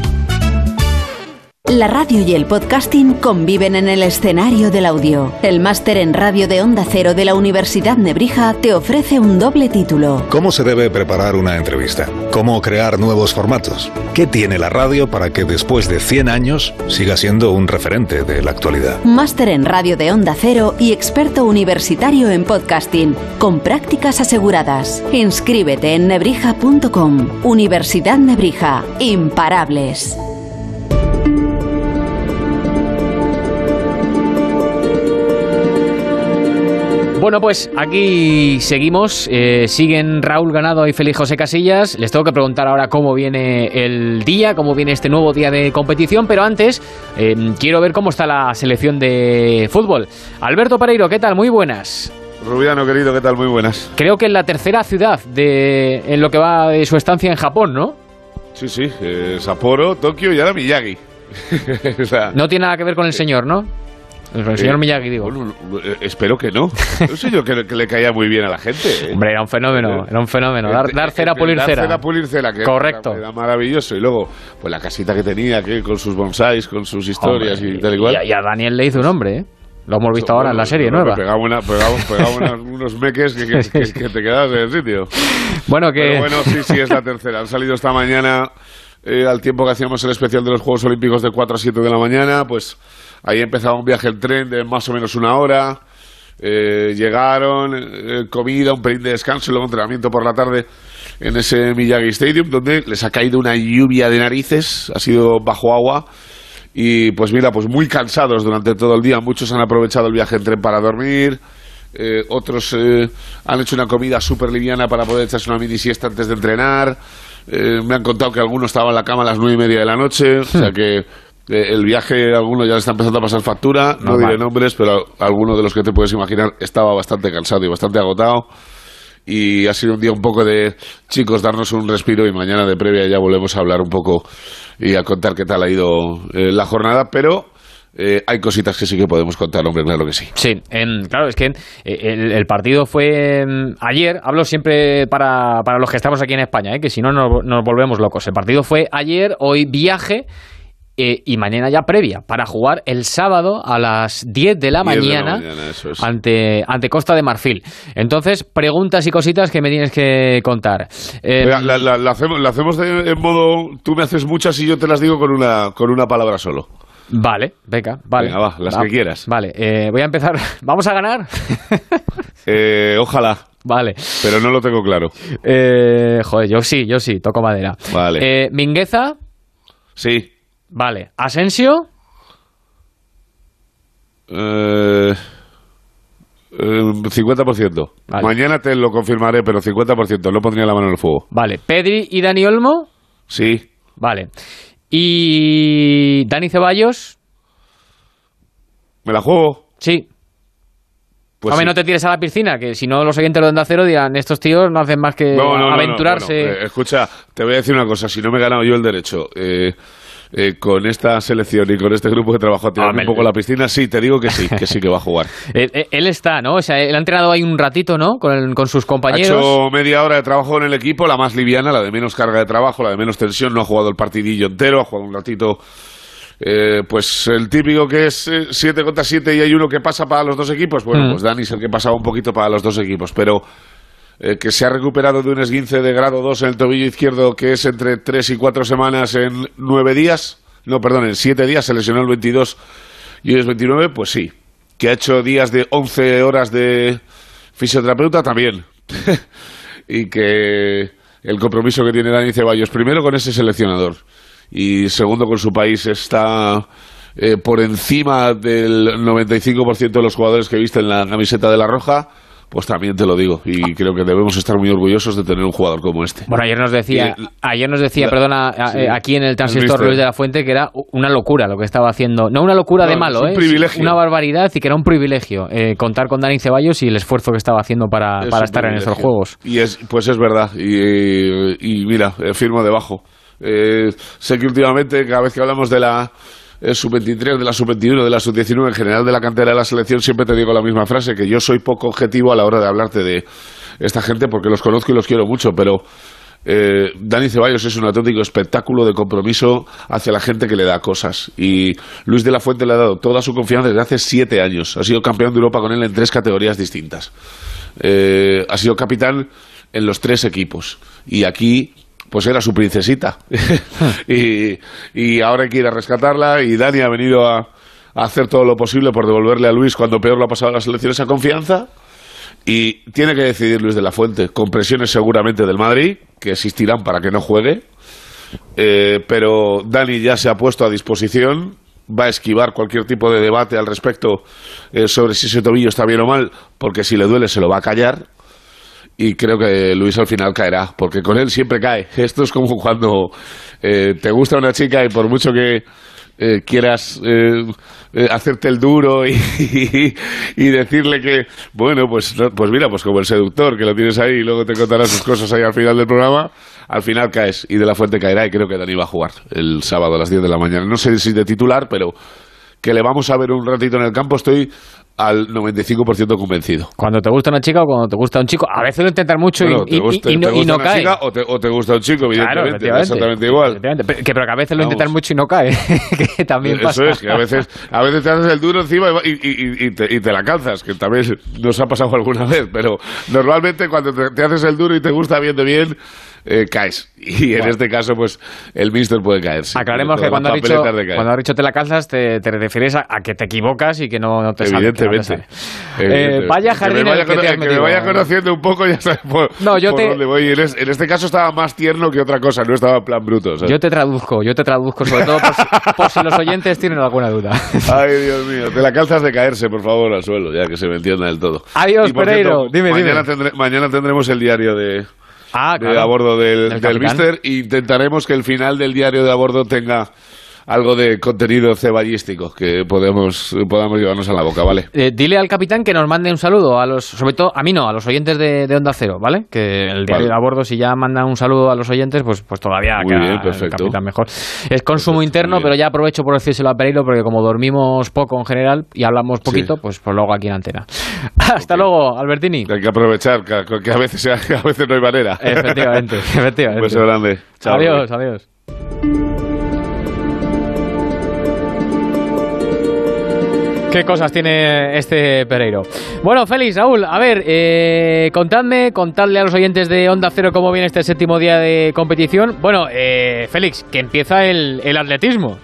Speaker 9: La radio y el podcasting conviven en el escenario del audio. El máster en radio de Onda Cero de la Universidad Nebrija te ofrece un doble título.
Speaker 24: ¿Cómo se debe preparar una entrevista? ¿Cómo crear nuevos formatos? ¿Qué tiene la radio para que después de cien años siga siendo un referente de la actualidad?
Speaker 9: Máster en radio de Onda Cero y experto universitario en podcasting, con prácticas aseguradas. Inscríbete en nebrija punto com. Universidad Nebrija. Imparables.
Speaker 3: Bueno, pues aquí seguimos. Eh, siguen Raúl Ganado y Félix José Casillas. Les tengo que preguntar ahora cómo viene el día, cómo viene este nuevo día de competición. Pero antes, eh, quiero ver cómo está la selección de fútbol. Alberto Pereiro, ¿qué tal? Muy buenas.
Speaker 25: Rubiano, querido, ¿qué tal? Muy buenas.
Speaker 3: Creo que es la tercera ciudad de en lo que va de su estancia en Japón, ¿no?
Speaker 25: Sí, sí. Eh, Sapporo, Tokio y ahora Miyagi. O sea,
Speaker 3: no tiene nada que ver con el señor, ¿no? El señor eh, Miyagi, digo.
Speaker 25: Bueno, eh, espero que no. Un señor que, que le caía muy bien a la gente. ¿eh?
Speaker 3: Hombre, era un fenómeno, era un fenómeno. Dar, dar cera, pulir
Speaker 25: dar
Speaker 3: cera.
Speaker 25: cera, pulir cera, que
Speaker 3: correcto.
Speaker 25: Era, era maravilloso. Y luego, pues la casita que tenía, que con sus bonsáis, con sus historias. Hombre, y tal y cual.
Speaker 3: Y a, y a Daniel le hizo un hombre, ¿eh? Lo hemos visto ahora en la serie nueva.
Speaker 25: Pegaba, una, pegaba, pegaba unos, unos meques que, que, que, que te quedabas en el sitio.
Speaker 3: Bueno, que...
Speaker 25: Pero bueno, sí, sí, es la tercera. Han salido esta mañana, eh, al tiempo que hacíamos el especial de los Juegos Olímpicos de cuatro a siete de la mañana, pues ahí empezaba un viaje en tren de más o menos una hora. Eh, llegaron, eh, comida, un pelín de descanso y luego entrenamiento por la tarde en ese Miyagi Stadium, donde les ha caído una lluvia de narices, ha sido bajo agua. Y pues mira, pues muy cansados durante todo el día. Muchos han aprovechado el viaje en tren para dormir, eh, otros eh, han hecho una comida súper liviana para poder echarse una mini siesta antes de entrenar. Eh, me han contado que algunos estaban en la cama a las nueve y media de la noche, o sea que eh, el viaje a algunos ya le está empezando a pasar factura. No Normal. Diré nombres, pero alguno de los que te puedes imaginar estaba bastante cansado y bastante agotado. Y ha sido un día un poco de, chicos, darnos un respiro y mañana de previa ya volvemos a hablar un poco y a contar qué tal ha ido eh, la jornada, pero eh, hay cositas que sí que podemos contar, hombre, claro que sí.
Speaker 3: Sí, en, claro, es que el, el partido fue en, ayer, hablo siempre para, para los que estamos aquí en España, ¿eh? Que si no nos, nos volvemos locos. El partido fue ayer, hoy viaje. eh, y mañana ya previa, para jugar el sábado a las diez de la mañana,
Speaker 25: de la mañana eso es.
Speaker 3: ante, ante Costa de Marfil. Entonces, preguntas y cositas que me tienes que contar. Eh,
Speaker 25: Venga, la, la, la hacemos, la hacemos de, en modo, tú me haces muchas y yo te las digo con una, con una palabra solo.
Speaker 3: Vale, venga, vale.
Speaker 25: Venga, va, las
Speaker 3: va,
Speaker 25: que quieras.
Speaker 3: Vale, eh, voy a empezar. ¿Vamos a ganar?
Speaker 25: eh, ojalá.
Speaker 3: Vale.
Speaker 25: Pero no lo tengo claro.
Speaker 3: Eh, joder, yo sí, yo sí, toco madera.
Speaker 25: Vale.
Speaker 3: Eh, Mingueza.
Speaker 25: Sí.
Speaker 3: Vale. Asensio.
Speaker 25: Eh, eh, cincuenta por ciento. Vale. Mañana te lo confirmaré, pero cincuenta por ciento. No pondría la mano en el fuego.
Speaker 3: Vale. Pedri y Dani Olmo.
Speaker 25: Sí.
Speaker 3: Vale. ¿Y Dani Ceballos?
Speaker 25: ¿Me la juego?
Speaker 3: Sí.
Speaker 25: Pues
Speaker 3: Hombre,
Speaker 25: sí.
Speaker 3: no te tires a la piscina, que si no los oyentes de Onda Cero dirán, estos tíos no hacen más que
Speaker 25: no, no,
Speaker 3: aventurarse.
Speaker 25: No, no. Bueno, eh, escucha, te voy a decir una cosa, si no me he ganado yo el derecho, eh, eh, con esta selección y con este grupo que trabajo a tirarme un poco la piscina, sí, te digo que sí, que sí que va a jugar.
Speaker 3: él, él está, ¿no? O sea, él ha entrenado ahí un ratito, ¿no? Con, con sus compañeros.
Speaker 25: Ha hecho media hora de trabajo en el equipo, la más liviana, la de menos carga de trabajo, la de menos tensión, no ha jugado el partidillo entero, ha jugado un ratito... Eh, pues el típico que es siete contra siete y hay uno que pasa para los dos equipos, bueno, mm. pues Dani es el que pasaba un poquito para los dos equipos, pero eh, que se ha recuperado de un esguince de grado dos en el tobillo izquierdo, que es entre tres y cuatro semanas en nueve días, no, perdón, en siete días, se lesionó el veintidós y hoy es veintinueve, pues sí, que ha hecho días de once horas de fisioterapeuta también, y que el compromiso que tiene Dani Ceballos, primero con ese seleccionador, y segundo con su país, está eh, por encima del noventa y cinco por ciento de los jugadores que viste en la camiseta de la Roja, pues también te lo digo, y creo que debemos estar muy orgullosos de tener un jugador como este.
Speaker 3: Bueno, ayer nos decía,
Speaker 25: y,
Speaker 3: ayer nos decía,
Speaker 25: la,
Speaker 3: perdona,
Speaker 25: sí,
Speaker 3: aquí en el transistor Luis de la Fuente, que era una locura lo que estaba haciendo, no una locura
Speaker 25: no,
Speaker 3: de malo,
Speaker 25: es un
Speaker 3: ¿eh?
Speaker 25: privilegio.
Speaker 3: Una barbaridad, y que era un privilegio eh, contar con Dani Ceballos y el esfuerzo que estaba haciendo para, para estar en estos juegos.
Speaker 25: Y es, pues es verdad, y, y mira, firmo debajo. Eh, sé que últimamente, cada vez que hablamos de la eh, sub veintitrés, de la sub veintiuno, de la sub diecinueve, en general de la cantera de la selección, siempre te digo la misma frase, que yo soy poco objetivo a la hora de hablarte de esta gente, porque los conozco y los quiero mucho, pero eh, Dani Ceballos es un auténtico espectáculo de compromiso hacia la gente que le da cosas, y Luis de la Fuente le ha dado toda su confianza desde hace siete años. Ha sido campeón de Europa con él en tres categorías distintas, eh, ha sido capitán en los tres equipos, y aquí pues era su princesita y, y ahora hay que ir a rescatarla, y Dani ha venido a, a hacer todo lo posible por devolverle a Luis, cuando peor lo ha pasado a la selección, esa confianza, y tiene que decidir Luis de la Fuente, con presiones seguramente del Madrid, que existirán para que no juegue, eh, pero Dani ya se ha puesto a disposición, va a esquivar cualquier tipo de debate al respecto eh, sobre si ese tobillo está bien o mal, porque si le duele se lo va a callar. Y creo que Luis al final caerá, porque con él siempre cae. Esto es como cuando eh, te gusta una chica y por mucho que eh, quieras eh, eh, hacerte el duro y, y, y decirle que, bueno, pues, pues mira, pues como el seductor, que lo tienes ahí y luego te contará sus cosas ahí al final del programa, al final caes y de la Fuente caerá, y creo que Dani va a jugar el sábado a las diez de la mañana. No sé si de titular, pero que le vamos a ver un ratito en el campo, estoy al noventa y cinco por ciento convencido.
Speaker 3: Cuando te gusta una chica o cuando te gusta un chico, a veces lo intentas mucho y, bueno,
Speaker 25: te gusta,
Speaker 3: y, y, y no,
Speaker 25: te gusta
Speaker 3: y no
Speaker 25: una
Speaker 3: cae.
Speaker 25: Chica, o, te, o te gusta un chico, evidentemente,
Speaker 3: claro,
Speaker 25: exactamente igual.
Speaker 3: Pero, que, pero que a veces lo intentas mucho y no cae, que también
Speaker 25: Eso
Speaker 3: pasa.
Speaker 25: Eso es, que a veces, a veces te haces el duro encima y, y, y, y, te, y te la calzas, que también nos ha pasado alguna vez, pero normalmente cuando te, te haces el duro y te gusta bien de bien, eh, caes. Y en bueno. este caso, pues, el míster puede caerse.
Speaker 3: Aclaremos que cuando has, dicho, cuando has dicho te la calzas, te, te refieres a, a que te equivocas y que no, no te sale.
Speaker 25: Evidentemente.
Speaker 3: No te sale. Eh, vaya jardín
Speaker 25: que me vaya,
Speaker 3: que, te has
Speaker 25: que me vaya conociendo un poco, ya sabes por,
Speaker 3: no, yo
Speaker 25: por
Speaker 3: te...
Speaker 25: dónde voy. En, es, en este caso estaba más tierno que otra cosa, no estaba en plan bruto, ¿sabes?
Speaker 3: Yo te traduzco, yo te traduzco, sobre todo por si, por si los oyentes tienen alguna duda.
Speaker 25: Ay, Dios mío, te la calzas de caerse, por favor, al suelo, ya que se me entienda del todo.
Speaker 3: Adiós, Pereiro,
Speaker 25: cierto,
Speaker 3: dime,
Speaker 25: mañana,
Speaker 3: dime.
Speaker 25: Tendré, mañana tendremos el diario de...
Speaker 3: Ah, claro.
Speaker 25: de a bordo del,
Speaker 3: del,
Speaker 25: del míster, e intentaremos que el final del diario de a bordo tenga algo de contenido ceballístico que podemos, podamos llevarnos a la boca, ¿vale?
Speaker 3: Eh, dile al capitán que nos mande un saludo a los, sobre todo a mí no, a los oyentes de, de Onda Cero, ¿vale? Que el diario vale. de a bordo, si ya manda un saludo a los oyentes, pues, pues todavía
Speaker 25: Muy bien, perfecto.
Speaker 3: El capitán mejor. Es consumo
Speaker 25: perfecto,
Speaker 3: interno, pero ya aprovecho por decírselo a Pereiro, porque como dormimos poco en general y hablamos poquito, sí. pues, pues luego aquí en antena. Hasta okay. luego, Albertini.
Speaker 25: Hay que aprovechar, que, que, a veces, que a veces no hay manera.
Speaker 3: Efectivamente, efectivamente.
Speaker 25: Un beso grande. Chao,
Speaker 3: adiós, adiós. Qué cosas tiene este Pereiro. Bueno, Félix, Raúl, a ver, eh, contadme, contadle a los oyentes de Onda Cero cómo viene este séptimo día de competición. Bueno, eh, Félix, que empieza el, el atletismo.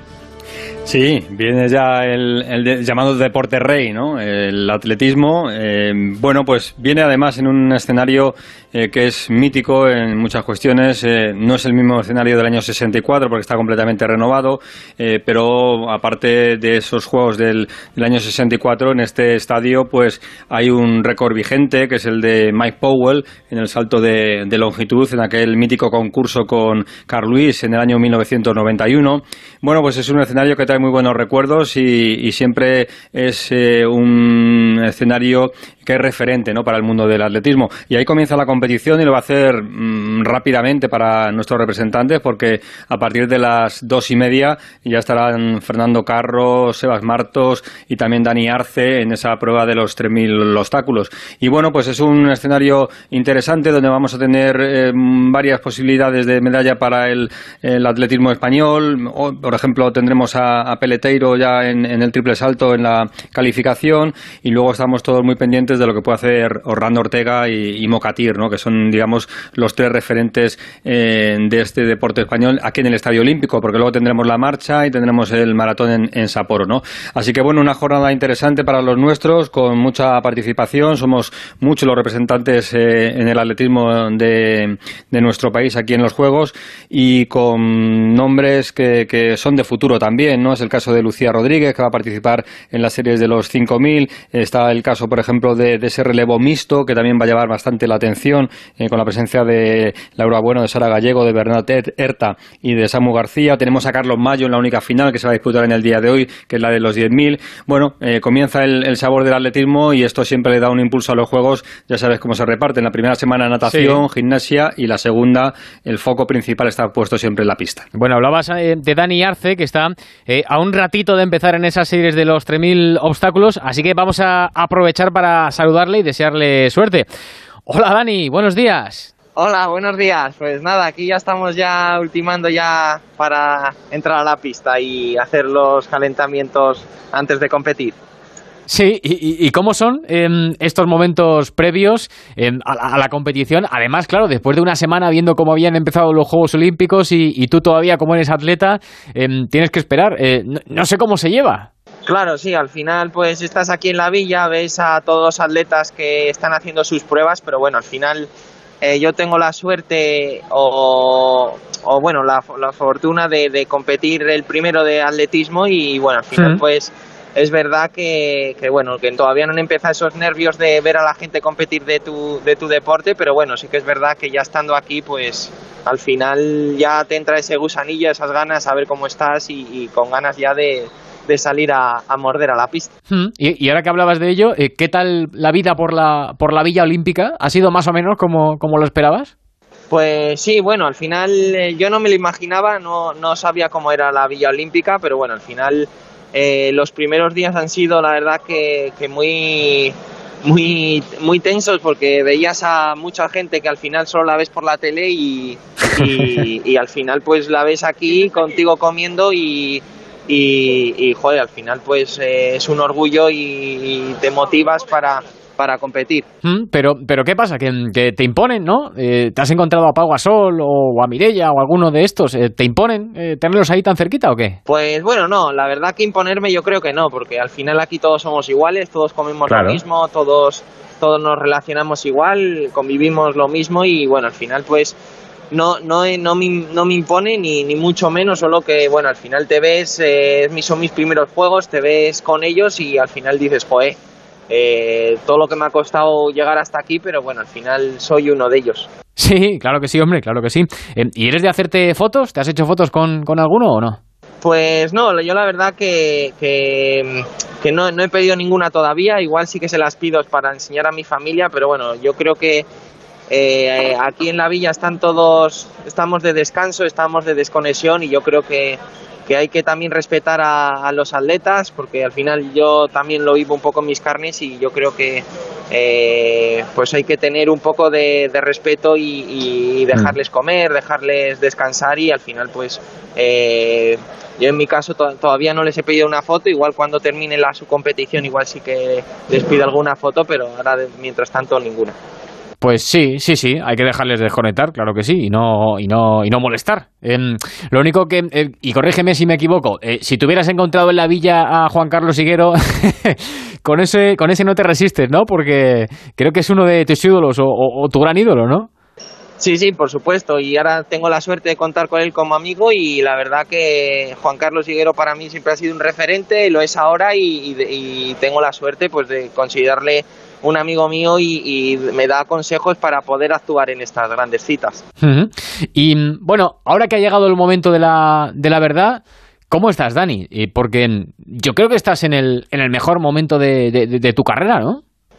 Speaker 5: Sí, viene ya el, el de, llamado deporte rey, ¿no? El atletismo. Eh, bueno, pues viene además en un escenario eh, que es mítico en muchas cuestiones. Eh, no es el mismo escenario del año sesenta y cuatro porque está completamente renovado, eh, pero aparte de esos juegos del, del año sesenta y cuatro, en este estadio pues hay un récord vigente que es el de Mike Powell en el salto de, de longitud en aquel mítico concurso con Carl Lewis en el año mil novecientos noventa y uno. Bueno, pues es un escenario que trae muy buenos recuerdos y, y siempre es eh, un escenario que es referente, ¿no?, para el mundo del atletismo. Y ahí comienza la competición y lo va a hacer mmm, rápidamente para nuestros representantes porque a partir de las dos y media ya estarán Fernando Carro, Sebas Martos y también Dani Arce en esa prueba de los tres mil obstáculos. Y bueno, pues es un escenario interesante donde vamos a tener eh, varias posibilidades de medalla para el, el atletismo español. O, por ejemplo, tendremos a, a Peleteiro ya en, en el triple salto en la calificación y luego estamos todos muy pendientes de lo que puede hacer Orlando Ortega y, y Mocatir, ¿no?, que son, digamos, los tres referentes eh, de este deporte español aquí en el Estadio Olímpico, porque luego tendremos la marcha y tendremos el maratón en, en Sapporo, ¿no? Así que bueno, una jornada interesante para los nuestros, con mucha participación. Somos muchos los representantes eh, en el atletismo de, de nuestro país aquí en los Juegos y con nombres que, que son de futuro también, ¿no? Es el caso de Lucía Rodríguez, que va a participar en las series de los cinco mil. Está el caso, por ejemplo, de De, de ese relevo mixto que también va a llevar bastante la atención eh, con la presencia de Laura Bueno, de Sara Gallego, de Bernat Herta y de Samu García. Tenemos a Carlos Mayo en la única final que se va a disputar en el día de hoy, que es la de los diez mil. Bueno, eh, comienza el, el sabor del atletismo y esto siempre le da un impulso a los Juegos. Ya sabes cómo se reparte. En la primera semana natación, sí, gimnasia, y la segunda el foco principal está puesto siempre en la pista.
Speaker 3: Bueno, hablabas eh, de Dani Arce, que está eh, a un ratito de empezar en esas series de los tres mil obstáculos, así que vamos a aprovechar para saludarle y desearle suerte. Hola Dani, buenos días.
Speaker 2: Hola, buenos días. Pues nada, aquí ya estamos ya ultimando ya para entrar a la pista y hacer los calentamientos antes de competir.
Speaker 3: Sí, ¿y, y cómo son eh, estos momentos previos eh, a, a la competición? Además, claro, después de una semana viendo cómo habían empezado los Juegos Olímpicos y, y tú todavía como eres atleta, eh, tienes que esperar. Eh, no, no sé cómo se lleva.
Speaker 2: Claro, sí, al final pues estás aquí en la villa, ves a todos los atletas que están haciendo sus pruebas, pero bueno, al final eh, yo tengo la suerte o, o bueno, la, la fortuna de, de competir el primero de atletismo y bueno, al final pues es verdad que, que bueno, que todavía no han empezado esos nervios de ver a la gente competir de tu, de tu deporte, pero bueno, sí que es verdad que ya estando aquí pues al final ya te entra ese gusanillo, esas ganas, a ver cómo estás y, y con ganas ya de... de salir a, a morder a la pista.
Speaker 3: Hmm. Y, y ahora que hablabas de ello, eh, ¿qué tal la vida por la por la Villa Olímpica? ¿Ha sido más o menos como, como lo esperabas?
Speaker 2: Pues sí, bueno, al final eh, yo no me lo imaginaba, no, no sabía cómo era la Villa Olímpica, pero bueno, al final eh, los primeros días han sido la verdad que, que muy... muy muy tensos porque veías a mucha gente que al final solo la ves por la tele y, y, y al final pues la ves aquí contigo comiendo y Y, y joder, al final pues eh, es un orgullo y, y te motivas para, para competir.
Speaker 3: Mm, pero, pero ¿qué pasa? Que, que te imponen, ¿no? Eh, ¿Te has encontrado a Pau Gasol o a Mireia o alguno de estos? Eh, ¿Te imponen eh, tenerlos ahí tan cerquita o qué?
Speaker 2: Pues bueno, no, la verdad que imponerme yo creo que no, porque al final aquí todos somos iguales, todos comemos
Speaker 3: claro.
Speaker 2: lo mismo, todos, todos nos relacionamos igual, convivimos lo mismo y bueno, al final pues... No, no, no, me, no me impone ni, ni mucho menos, solo que bueno, al final te ves, eh, son mis primeros juegos, te ves con ellos y al final dices, joder, eh, todo lo que me ha costado llegar hasta aquí, pero bueno, al final soy uno de ellos.
Speaker 3: Sí, claro que sí, hombre, claro que sí. Eh, ¿Y eres de hacerte fotos? ¿Te has hecho fotos con, con alguno o no?
Speaker 2: Pues no, yo la verdad que, que, que no, no he pedido ninguna todavía, igual sí que se las pido para enseñar a mi familia, pero bueno, yo creo que Eh, aquí en la villa están todos, estamos de descanso, estamos de desconexión y yo creo que, que hay que también respetar a, a los atletas, porque al final yo también lo vivo un poco en mis carnes y yo creo que eh, pues hay que tener un poco de, de respeto y, y dejarles comer, dejarles descansar y al final pues eh, yo en mi caso to- todavía no les he pedido una foto, igual cuando termine la su competición igual sí que les pido alguna foto, pero ahora de, mientras tanto ninguna.
Speaker 3: Pues sí, sí, sí, hay que dejarles desconectar, claro que sí, y no y no y no molestar. Eh, lo único que, eh, y corrígeme si me equivoco, eh, si te hubieras encontrado en la villa a Juan Carlos Higuero, con ese con ese no te resistes, ¿no? Porque creo que es uno de tus ídolos o, o, o tu gran ídolo, ¿no?
Speaker 2: Sí, sí, por supuesto, y ahora tengo la suerte de contar con él como amigo y la verdad que Juan Carlos Higuero para mí siempre ha sido un referente, lo es ahora y, y, y tengo la suerte pues de considerarle un amigo mío y, y me da consejos para poder actuar en estas grandes citas.
Speaker 3: Uh-huh. Y bueno, ahora que ha llegado el momento de la, de la verdad, ¿cómo estás, Dani? Eh, porque yo creo que estás en el, en el mejor momento de, de, de tu carrera, ¿no?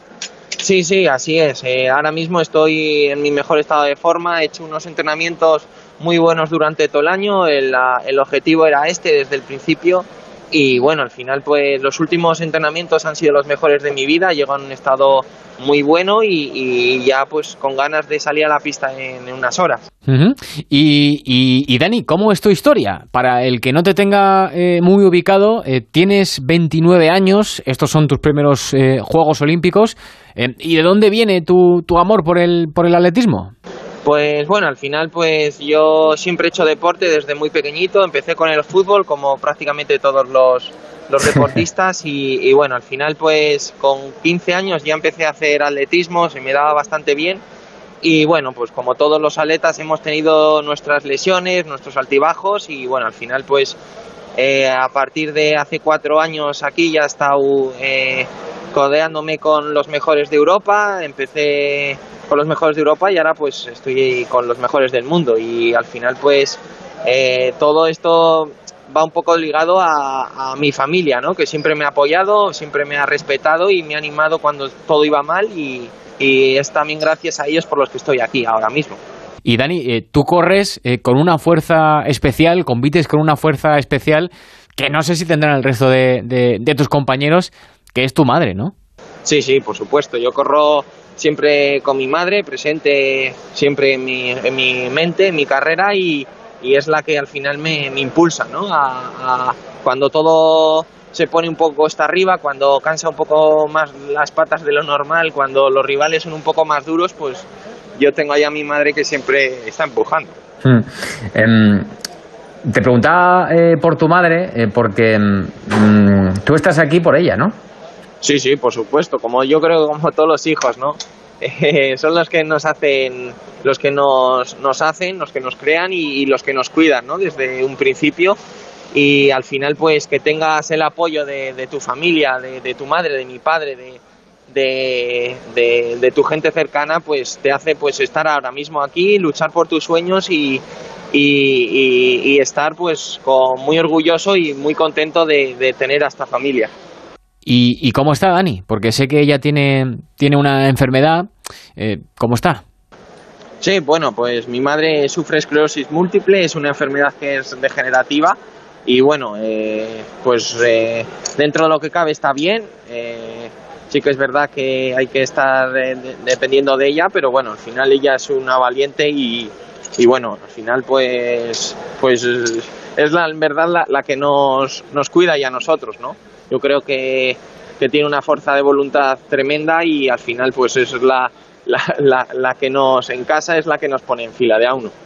Speaker 2: Sí, sí, así es. Eh, ahora mismo estoy en mi mejor estado de forma, he hecho unos entrenamientos muy buenos durante todo el año, el, la, el objetivo era este desde el principio. Y bueno, al final pues los últimos entrenamientos han sido los mejores de mi vida, llego en un estado muy bueno y, y ya pues con ganas de salir a la pista en, en unas horas.
Speaker 3: Uh-huh. y, y, y Dani, ¿cómo es tu historia? Para el que no te tenga eh, muy ubicado, eh, tienes veintinueve años, estos son tus primeros eh, Juegos Olímpicos, eh, ¿y de dónde viene tu, tu amor por el, por el atletismo?
Speaker 2: Pues bueno, al final pues yo siempre he hecho deporte desde muy pequeñito, empecé con el fútbol como prácticamente todos los, los deportistas y, y bueno, al final pues con quince años ya empecé a hacer atletismo, se me daba bastante bien y bueno, pues como todos los atletas hemos tenido nuestras lesiones, nuestros altibajos y bueno, al final pues eh, a partir de hace cuatro años aquí ya he estado eh, codeándome con los mejores de Europa, empecé con los mejores de Europa y ahora pues estoy con los mejores del mundo y al final pues eh, todo esto va un poco ligado a, a mi familia, ¿no? Que siempre me ha apoyado, siempre me ha respetado y me ha animado cuando todo iba mal y, y es también gracias a ellos por los que estoy aquí ahora mismo.
Speaker 3: Y Dani, eh, tú corres eh, con una fuerza especial, compites con una fuerza especial que no sé si tendrán el resto de, de, de tus compañeros, que es tu madre, ¿no?
Speaker 2: Sí, sí, por supuesto. Yo corro siempre con mi madre, presente siempre en mi, en mi mente, en mi carrera y, y es la que al final me, me impulsa, ¿no? A, a cuando todo se pone un poco hasta arriba, cuando cansa un poco más las patas de lo normal, cuando los rivales son un poco más duros, pues yo tengo ahí a mi madre que siempre está empujando.
Speaker 3: Hmm. Um, te preguntaba eh, por tu madre, eh, porque um, tú estás aquí por ella, ¿no?
Speaker 2: Sí, sí, por supuesto, como yo creo que como todos los hijos, ¿no? Eh, son los que nos hacen, los que nos, nos hacen, los que nos crean y, y los que nos cuidan, ¿no? Desde un principio y al final pues que tengas el apoyo de, de tu familia, de, de tu madre, de mi padre, de, de, de, de tu gente cercana, pues te hace pues estar ahora mismo aquí, luchar por tus sueños y, y, y, y estar pues con, muy orgulloso y muy contento de, de tener a esta familia.
Speaker 3: ¿Y, ¿Y cómo está Dani? Porque sé que ella tiene, tiene una enfermedad. Eh, ¿Cómo está?
Speaker 2: Sí, bueno, pues mi madre sufre esclerosis múltiple, es una enfermedad que es degenerativa y bueno, eh, pues eh, dentro de lo que cabe está bien. Eh, sí que es verdad que hay que estar de, de, dependiendo de ella, pero bueno, al final ella es una valiente y, y bueno, al final pues, pues es la, en verdad la, la que nos, nos cuida y a nosotros, ¿no? Yo creo que, que tiene una fuerza de voluntad tremenda y al final pues es la, la, la, la que nos en casa es la que nos pone en fila de a uno.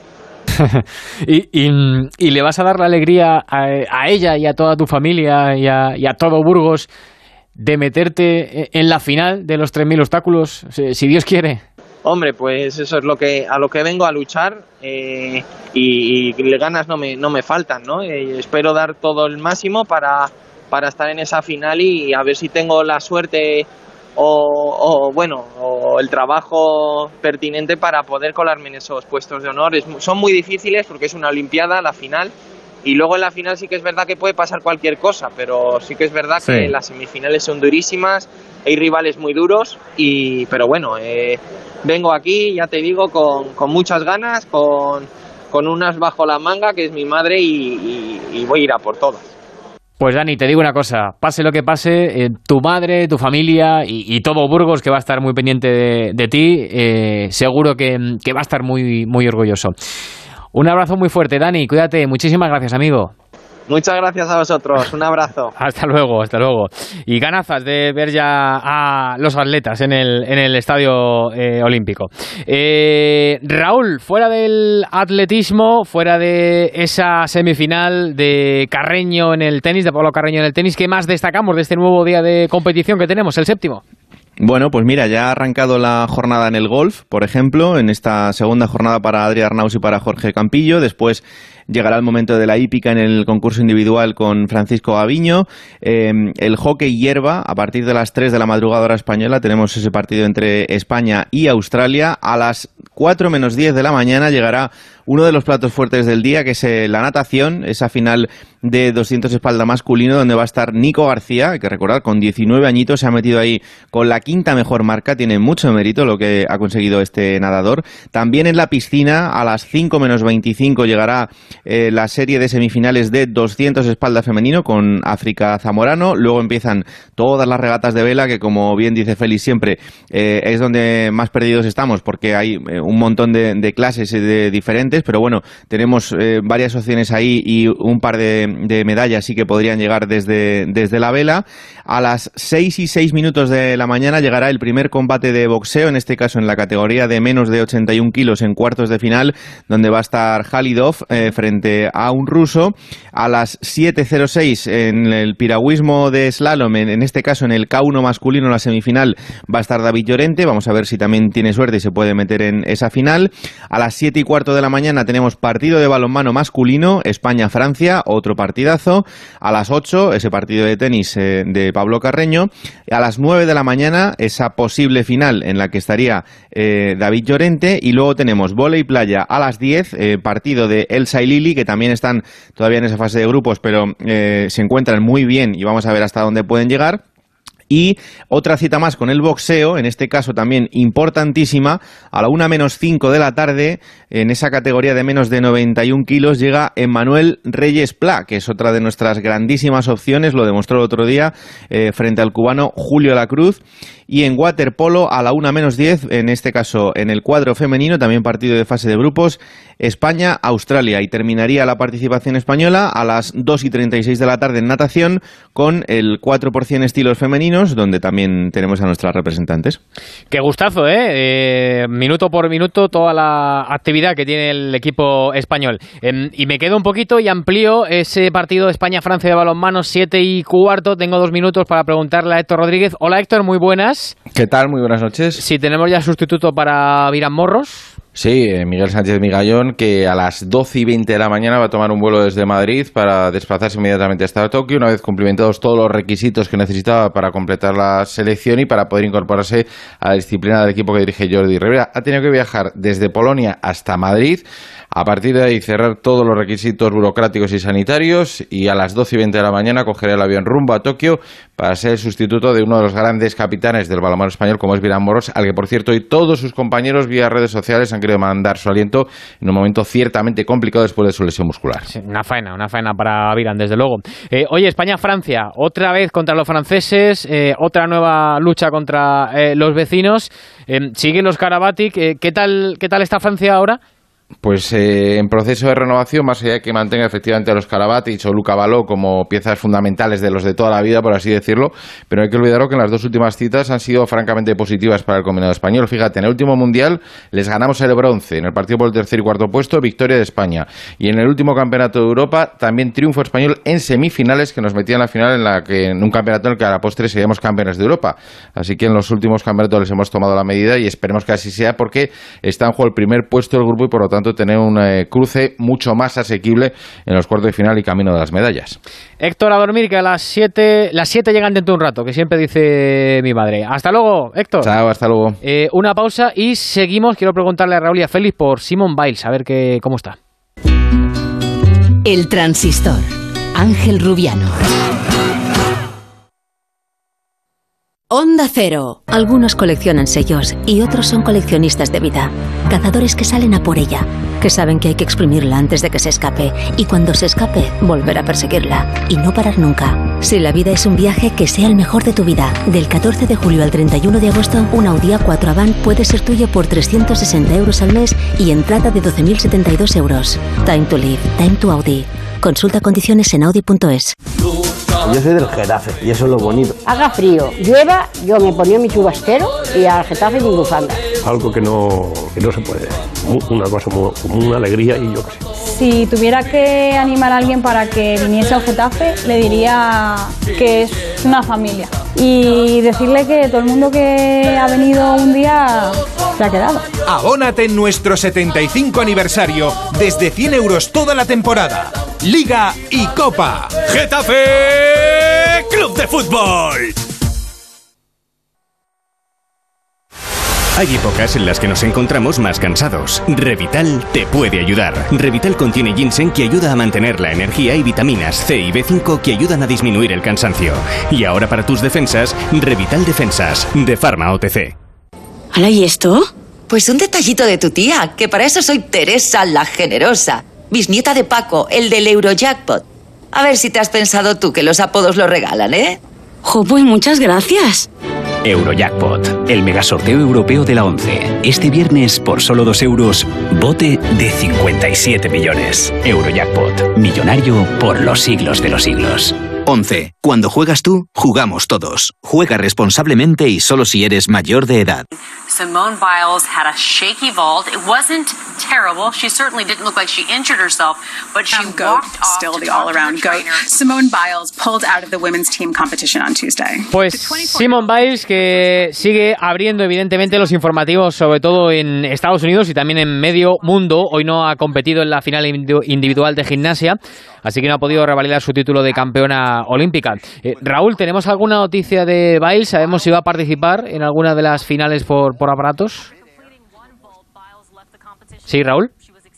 Speaker 3: y, y, y le vas a dar la alegría a, a ella y a toda tu familia y a, y a todo Burgos de meterte en la final de los tres mil obstáculos, si, si Dios quiere.
Speaker 2: Hombre, pues eso es lo que a lo que vengo a luchar eh, y, y ganas no me, no me faltan, ¿no? Eh, espero dar todo el máximo para para estar en esa final y a ver si tengo la suerte o, o bueno, o el trabajo pertinente para poder colarme en esos puestos de honor. Es, son muy difíciles porque es una olimpiada, la final, y luego en la final sí que es verdad que puede pasar cualquier cosa, pero sí que es verdad sí. que las semifinales son durísimas, hay rivales muy duros, y pero bueno, eh, vengo aquí, ya te digo, con, con muchas ganas, con con unas bajo la manga, que es mi madre, y, y, y voy a ir a por todas.
Speaker 3: Pues Dani, te digo una cosa, pase lo que pase, eh, tu madre, tu familia y, y todo Burgos, que va a estar muy pendiente de, de ti, eh, seguro que, que va a estar muy, muy orgulloso. Un abrazo muy fuerte, Dani, cuídate, muchísimas gracias, amigo.
Speaker 2: Muchas gracias a vosotros, un abrazo.
Speaker 3: Hasta luego, hasta luego. Y ganazas de ver ya a los atletas en el, en el estadio eh, olímpico. Eh, Raúl, fuera del atletismo, fuera de esa semifinal de Carreño en el tenis, de Pablo Carreño en el tenis, ¿qué más destacamos de este nuevo día de competición que tenemos, el séptimo?
Speaker 4: Bueno, pues mira, ya ha arrancado la jornada en el golf, por ejemplo, en esta segunda jornada para Adrià Arnaus y para Jorge Campillo. Después llegará el momento de la hípica en el concurso individual con Francisco Gaviño. Eh, el hockey hierba, a partir de las tres de la madrugada hora española, tenemos ese partido entre España y Australia. A las cuatro menos diez de la mañana llegará uno de los platos fuertes del día, que es eh, la natación, esa final de doscientos espalda masculino, donde va a estar Nico García. Hay que recordar, con diecinueve añitos se ha metido ahí con la quinta mejor marca, tiene mucho mérito lo que ha conseguido este nadador. También en la piscina, a las cinco menos veinticinco llegará eh, la serie de semifinales de doscientos espalda femenino con África Zamorano. Luego empiezan todas las regatas de vela, que como bien dice Félix siempre, eh, es donde más perdidos estamos, porque hay eh, un montón de, de clases de diferentes, pero bueno, tenemos eh, varias opciones ahí y un par de, de medallas sí que podrían llegar desde, desde la vela. A las seis y seis minutos de la mañana llegará el primer combate de boxeo, en este caso en la categoría de menos de ochenta y un kilos en cuartos de final, donde va a estar Halidov eh, frente a un ruso. A las siete cero seis en el piragüismo de slalom, en, en este caso en el K uno masculino, la semifinal, va a estar David Llorente. Vamos a ver si también tiene suerte y se puede meter en esa final. A las siete y cuarto de la mañana tenemos partido de balonmano masculino, España-Francia, otro partidazo. A las ocho, ese partido de tenis eh, de Pablo Carreño. A las nueve de la mañana, esa posible final en la que estaría eh, David Llorente. Y luego tenemos vóley playa a las diez, eh, partido de Elsa y Lili, que también están todavía en esa fase de grupos, pero eh, se encuentran muy bien y vamos a ver hasta dónde pueden llegar. Y otra cita más con el boxeo, en este caso también importantísima, a la una menos cinco de la tarde, en esa categoría de menos de noventa y un kilos, llega Emmanuel Reyes Pla, que es otra de nuestras grandísimas opciones, lo demostró el otro día eh, frente al cubano Julio Lacruz. Y en waterpolo, a la una menos diez, en este caso en el cuadro femenino, también partido de fase de grupos, España-Australia. Y terminaría la participación española a las dos y treinta y seis de la tarde en natación con el cuatro por ciento estilos femeninos, donde también tenemos a nuestras representantes.
Speaker 3: Qué gustazo, ¿eh? eh minuto por minuto toda la actividad que tiene el equipo español. Eh, y me quedo un poquito y amplío ese partido de España-Francia de balonmano, siete y cuarto. Tengo dos minutos para preguntarle a Héctor Rodríguez. Hola Héctor, muy buenas.
Speaker 6: ¿Qué tal? Muy buenas noches.
Speaker 3: Si tenemos ya sustituto para Virán Morros.
Speaker 6: Sí, Miguel Sánchez Migallón, que a las doce y veinte de la mañana va a tomar un vuelo desde Madrid para desplazarse inmediatamente hasta Tokio, una vez cumplimentados todos los requisitos que necesitaba para completar la selección y para poder incorporarse a la disciplina del equipo que dirige Jordi Rivera. Ha tenido que viajar desde Polonia hasta Madrid, a partir de ahí cerrar todos los requisitos burocráticos y sanitarios, y a las doce y veinte de la mañana cogerá el avión rumbo a Tokio para ser el sustituto de uno de los grandes capitanes del balonmano español, como es Virán Morros, al que, por cierto, hoy todos sus compañeros vía redes sociales han querido mandar su aliento en un momento ciertamente complicado después de su lesión muscular.
Speaker 3: Sí, una faena, una faena para Virán, desde luego. Eh, oye, España-Francia, otra vez contra los franceses, eh, otra nueva lucha contra eh, los vecinos. Eh, siguen los Karabatic. Eh, ¿qué tal, qué tal está Francia ahora?
Speaker 6: Pues eh, en proceso de renovación, más allá de que mantenga efectivamente a los Karabatic o Luca Baló como piezas fundamentales de los de toda la vida, por así decirlo, pero hay que olvidarlo que en las dos últimas citas han sido francamente positivas para el combinado español. Fíjate, en el último Mundial les ganamos el bronce, en el partido por el tercer y cuarto puesto, victoria de España. Y en el último Campeonato de Europa, también triunfo español en semifinales, que nos metía en la final, en la que en un campeonato en el que a la postre seríamos campeones de Europa. Así que en los últimos campeonatos les hemos tomado la medida y esperemos que así sea, porque está en juego el primer puesto del grupo y por lo tanto tener un eh, cruce mucho más asequible en los cuartos de final y camino de las medallas.
Speaker 3: Héctor, a dormir, que a las siete las siete llegan dentro de un rato, que siempre dice mi madre. Hasta luego, Héctor.
Speaker 6: Chao, hasta luego.
Speaker 3: Eh, una pausa y seguimos. Quiero preguntarle a Raúl y a Félix por Simone Biles, a ver que, cómo está.
Speaker 1: El Transistor, Ángel Rubiano. Onda Cero.
Speaker 9: Algunos coleccionan sellos y otros son coleccionistas de vida, cazadores que salen a por ella, que saben que hay que exprimirla antes de que se escape y cuando se escape, volver a perseguirla y no parar nunca. Si la vida es un viaje, que sea el mejor de tu vida. Del catorce de julio al treinta y uno de agosto, un Audi A cuatro Avant puede ser tuyo por trescientos sesenta euros al mes y entrada de doce mil setenta y dos euros. Time to live, time to Audi. Consulta condiciones en audi punto es.
Speaker 7: Yo soy del Getafe y eso es lo bonito.
Speaker 8: Haga frío, llueva, yo me ponía mi chubasquero y al Getafe mi bufanda.
Speaker 7: Algo que no, que no se puede. Una cosa como una alegría y yo qué sé.
Speaker 10: Si tuviera que animar a alguien para que viniese al Getafe, le diría que es una familia. Y decirle que todo el mundo que ha venido un día se ha quedado.
Speaker 11: Abónate en nuestro setenta y cinco aniversario desde cien euros toda la temporada. Liga y Copa. Getafe Club de Fútbol.
Speaker 19: Hay épocas en las que nos encontramos más cansados. Revital te puede ayudar. Revital contiene ginseng que ayuda a mantener la energía y vitaminas C y B cinco que ayudan a disminuir el cansancio. Y ahora para tus defensas, Revital Defensas, de Pharma O T C.
Speaker 12: ¿Hala, y esto? Pues un detallito de tu tía, que para eso soy Teresa la Generosa, bisnieta de Paco, el del Eurojackpot. A ver si te has pensado tú que los apodos lo regalan, ¿eh? Jo, pues muchas gracias.
Speaker 26: Eurojackpot, el megasorteo europeo de la ONCE. Este viernes, por solo dos euros, bote de cincuenta y siete millones. Eurojackpot, millonario por los siglos de los siglos.
Speaker 22: ONCE. Cuando juegas tú, jugamos todos. Juega responsablemente y solo si eres mayor de edad.
Speaker 27: Simone Biles had a shaky vault. It wasn't terrible. She certainly didn't look like she injured herself, but she
Speaker 28: um, goat,
Speaker 27: walked off
Speaker 28: still
Speaker 27: to
Speaker 28: the
Speaker 27: talk
Speaker 28: all-around
Speaker 27: to her
Speaker 28: goat.
Speaker 27: trainer.
Speaker 28: Simone Biles pulled out of the women's team competition on Tuesday.
Speaker 3: Pues Simone Biles, que sigue abriendo evidentemente los informativos, sobre todo en Estados Unidos y también en medio mundo. Hoy no ha competido en la final individual de gimnasia, así que no ha podido revalidar su título de campeona olímpica. Eh, Raúl, ¿tenemos alguna noticia de Biles? ¿Sabemos si va a participar en alguna de las finales por, por aparatos? Sí, Raúl.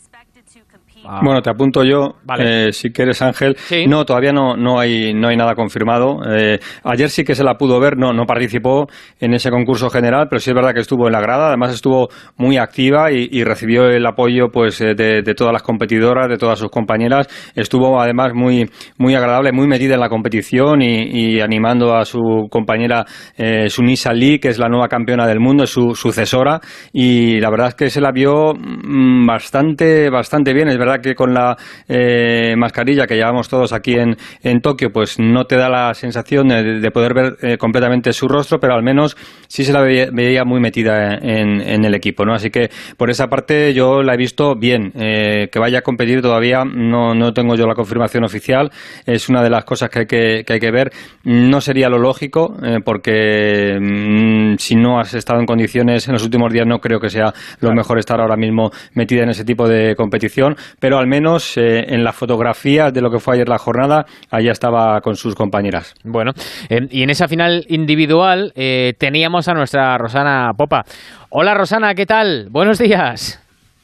Speaker 5: Ah. Bueno, te apunto yo, vale. eh, si quieres, Ángel. Sí. No, todavía no, no hay no hay nada confirmado. Eh, ayer sí que se la pudo ver, no no participó en ese concurso general, pero sí es verdad que estuvo en la grada. Además estuvo muy activa y, y recibió el apoyo pues de, de todas las competidoras, de todas sus compañeras. Estuvo además muy muy agradable, muy metida en la competición y, y animando a su compañera eh, Sunisa Lee, que es la nueva campeona del mundo, es su sucesora. Y la verdad es que se la vio mmm, bastante bastante bien. Es verdad que con la eh, mascarilla que llevamos todos aquí en, en Tokio, pues no te da la sensación de, de poder ver eh, completamente su rostro, pero al menos sí se la veía, veía muy metida en, en el equipo, ¿no? Así que por esa parte yo la he visto bien. Eh, que vaya a competir todavía no, no tengo yo la confirmación oficial, es una de las cosas que hay que, que, hay que ver. No sería lo lógico, eh, porque mmm, si no has estado en condiciones en los últimos días, no creo que sea lo claro. mejor estar ahora mismo metida en ese tipo de competición, pero al menos eh, en las fotografías de lo que fue ayer la jornada, allá estaba con sus compañeras.
Speaker 3: Bueno, eh, y en esa final individual eh, teníamos a nuestra Rosana Popa. Hola Rosana, ¿qué tal? Buenos días.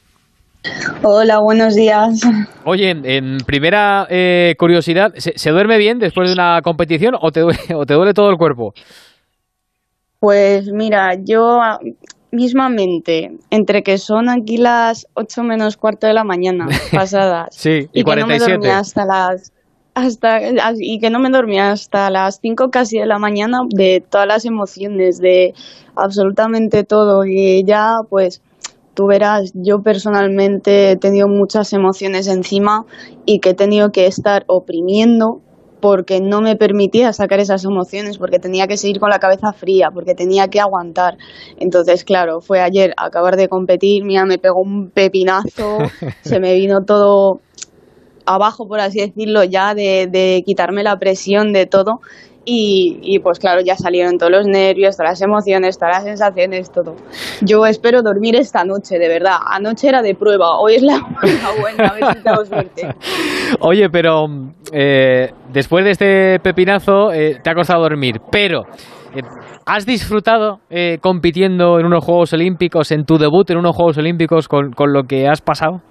Speaker 29: Hola, buenos días.
Speaker 3: Oye, en primera eh, curiosidad, ¿se, ¿se duerme bien después de una competición o te duele, o te duele todo el cuerpo?
Speaker 29: Pues mira, yo mismamente, entre que son aquí las ocho menos cuarto de la mañana pasadas
Speaker 3: sí, y,
Speaker 29: y
Speaker 3: cuarenta y siete.
Speaker 29: Que no me dormía hasta las hasta y que no me dormía hasta las cinco casi de la mañana de todas las emociones, de absolutamente todo, y ya pues tú verás, yo personalmente he tenido muchas emociones encima y que he tenido que estar oprimiendo porque no me permitía sacar esas emociones, porque tenía que seguir con la cabeza fría, porque tenía que aguantar. Entonces, claro, fue ayer acabar de competir, mira, me pegó un pepinazo, se me vino todo abajo, por así decirlo, ya de, de quitarme la presión de todo. Y, y pues claro, ya salieron todos los nervios, todas las emociones, todas las sensaciones, todo. Yo espero dormir esta noche, de verdad. Anoche era de prueba, hoy es la, la buena, a ver si tengo suerte.
Speaker 3: Oye, pero eh, después de este pepinazo eh, te ha costado dormir, pero eh, ¿has disfrutado eh, compitiendo en unos Juegos Olímpicos, en tu debut en unos Juegos Olímpicos con, con lo que has pasado?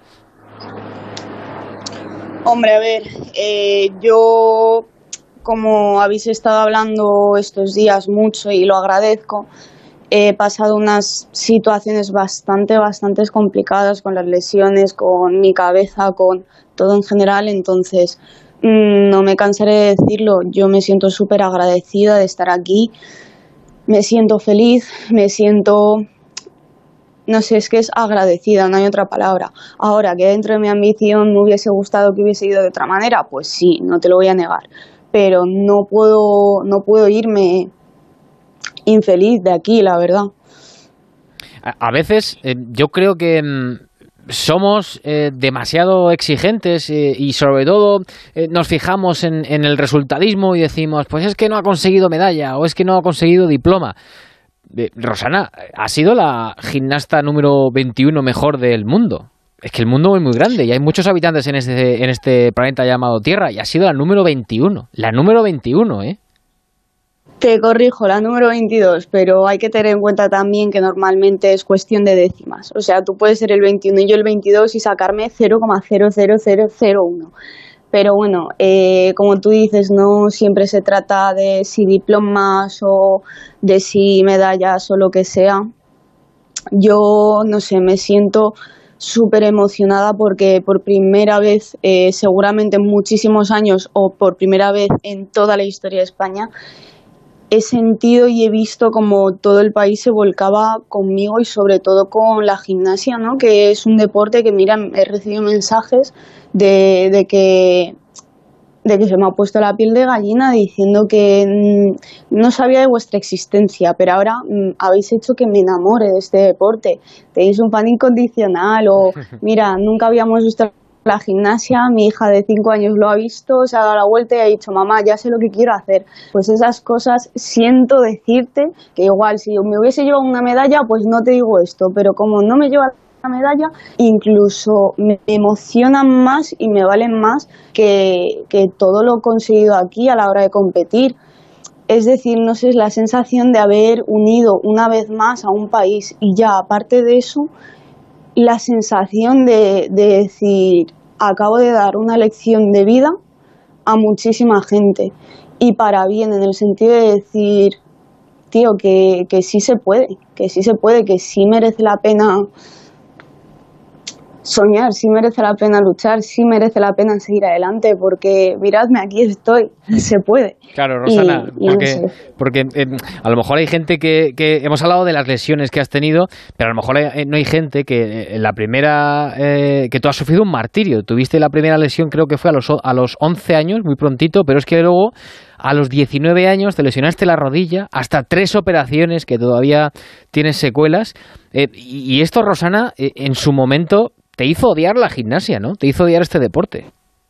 Speaker 29: Hombre, a ver, eh, yo... como habéis estado hablando estos días mucho y lo agradezco, he pasado unas situaciones bastante, bastante complicadas con las lesiones, con mi cabeza, con todo en general, entonces mmm, no me cansaré de decirlo, yo me siento súper agradecida de estar aquí, me siento feliz, me siento... No sé, es que es agradecida, no hay otra palabra. Ahora, que dentro de mi ambición me hubiese gustado que hubiese ido de otra manera, pues sí, no te lo voy a negar. Pero no puedo, no puedo irme infeliz de aquí, la verdad.
Speaker 3: A, a veces eh, yo creo que mmm, somos eh, demasiado exigentes eh, y sobre todo eh, nos fijamos en, en el resultadismo y decimos, pues es que no ha conseguido medalla o es que no ha conseguido diploma. Eh, Rosana, ha sido la gimnasta número veintiuno mejor del mundo. Es que el mundo es muy grande y hay muchos habitantes en este, en este planeta llamado Tierra y ha sido la número veintiuno. La número veintiuno, ¿eh?
Speaker 29: Te corrijo, la número veintidós, pero hay que tener en cuenta también que normalmente es cuestión de décimas. O sea, tú puedes ser el veintiuno y yo el veintidós y sacarme cero coma cero cero cero cero uno. Pero bueno, eh, como tú dices, no siempre se trata de si diplomas o de si medallas o lo que sea. Yo, no sé, me siento súper emocionada porque por primera vez, eh, seguramente en muchísimos años o por primera vez en toda la historia de España, he sentido y he visto como todo el país se volcaba conmigo y sobre todo con la gimnasia, ¿no? Que es un deporte que, mira, he recibido mensajes de, de que de que se me ha puesto la piel de gallina diciendo que mmm, no sabía de vuestra existencia, pero ahora mmm, habéis hecho que me enamore de este deporte. Tenéis un fan incondicional o, mira, nunca habíamos visto la gimnasia, mi hija de cinco años lo ha visto, se ha dado la vuelta y ha dicho, mamá, ya sé lo que quiero hacer. Pues esas cosas siento decirte que igual si me hubiese llevado una medalla, pues no te digo esto, pero como no me lleva la medalla, incluso me emocionan más y me valen más que, que todo lo conseguido aquí a la hora de competir. Es decir, no sé, es la sensación de haber unido una vez más a un país y ya aparte de eso, la sensación de, de decir, acabo de dar una lección de vida a muchísima gente y para bien, en el sentido de decir, tío, que, que sí se puede, que sí se puede, que sí merece la pena soñar, sí merece la pena luchar, sí merece la pena seguir adelante, porque miradme, aquí estoy, se puede.
Speaker 3: Claro, Rosana,
Speaker 29: y, y
Speaker 3: porque,
Speaker 29: no sé.
Speaker 3: porque eh, a lo mejor hay gente que, que hemos hablado de las lesiones que has tenido, pero a lo mejor hay, no hay gente que eh, la primera, eh, que tú has sufrido un martirio. Tuviste la primera lesión, creo que fue a los, a los once años, muy prontito, pero es que luego a los diecinueve años te lesionaste la rodilla, hasta tres operaciones que todavía tienes secuelas. Eh, y, y esto, Rosana, eh, en su momento te hizo odiar la gimnasia, ¿no? Te hizo odiar este deporte.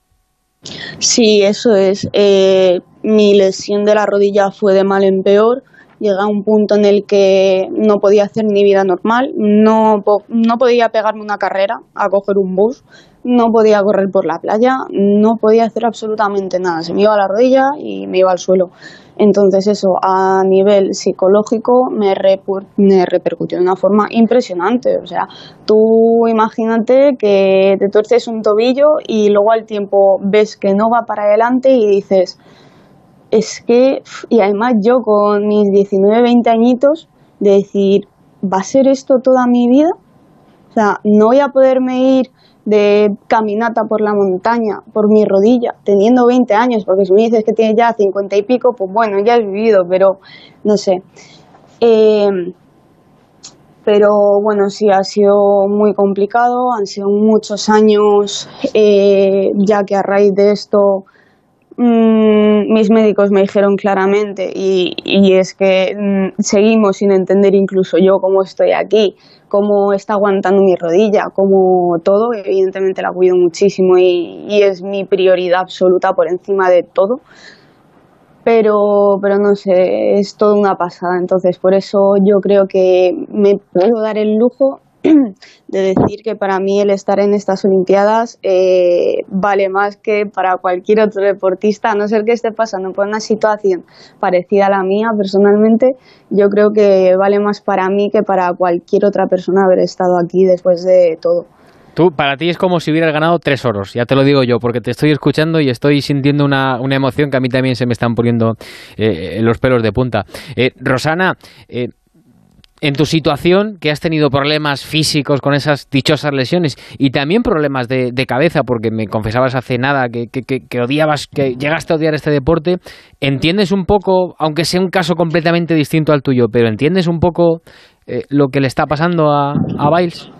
Speaker 29: Sí, eso es. Eh, mi lesión de la rodilla fue de mal en peor. Llegué a un punto en el que no podía hacer ni vida normal, no, no podía pegarme una carrera a coger un bus, no podía correr por la playa, no podía hacer absolutamente nada. Se me iba a la rodilla y me iba al suelo. Entonces eso, a nivel psicológico, me, repu- me repercutió de una forma impresionante. O sea, tú imagínate que te tuerces un tobillo y luego al tiempo ves que no va para adelante y dices, es que, y además yo con mis diecinueve, veinte añitos, de decir, ¿va a ser esto toda mi vida? O sea, no voy a poderme ir de caminata por la montaña, por mi rodilla, teniendo veinte años, porque si me dices que tienes ya cincuenta y pico, pues bueno, ya has vivido, pero no sé. Eh, pero bueno, sí, ha sido muy complicado, han sido muchos años, eh, ya que a raíz de esto mmm, mis médicos me dijeron claramente, y, y es que mmm, seguimos sin entender incluso yo cómo estoy aquí, cómo está aguantando mi rodilla, cómo todo, evidentemente la cuido muchísimo y, y es mi prioridad absoluta por encima de todo, pero, pero no sé, es toda una pasada. Entonces por eso yo creo que me puedo dar el lujo de decir que para mí el estar en estas Olimpiadas eh, vale más que para cualquier otro deportista, a no ser que esté pasando por una situación parecida a la mía personalmente. Yo creo que vale más para mí que para cualquier otra persona haber estado aquí después de todo.
Speaker 3: Tú, para ti es como si hubieras ganado tres oros, ya te lo digo yo, porque te estoy escuchando y estoy sintiendo una, una emoción que a mí también se me están poniendo eh, los pelos de punta. Eh, Rosana, eh, en tu situación, que has tenido problemas físicos con esas dichosas lesiones y también problemas de, de cabeza, porque me confesabas hace nada que, que, que, que odiabas, que llegaste a odiar este deporte, ¿entiendes un poco, aunque sea un caso completamente distinto al tuyo, pero entiendes un poco eh, lo que le está pasando a, a Biles?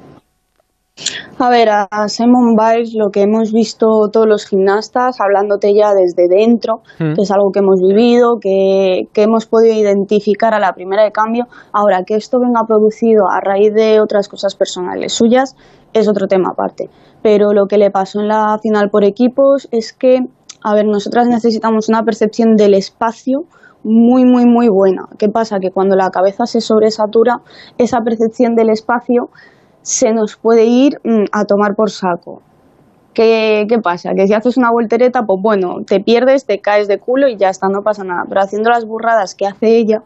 Speaker 29: A ver, a Simone Biles lo que hemos visto todos los gimnastas, hablándote ya desde dentro, mm. que es algo que hemos vivido, que, que hemos podido identificar a la primera de cambio. Ahora, que esto venga producido a raíz de otras cosas personales suyas es otro tema aparte. Pero lo que le pasó en la final por equipos es que, a ver, nosotras necesitamos una percepción del espacio muy, muy, muy buena. ¿Qué pasa? Que cuando la cabeza se sobresatura, esa percepción del espacio se nos puede ir mmm, a tomar por saco. ¿Qué, ¿Qué pasa? Que si haces una voltereta, pues bueno, te pierdes, te caes de culo y ya está, no pasa nada. Pero haciendo las burradas que hace ella,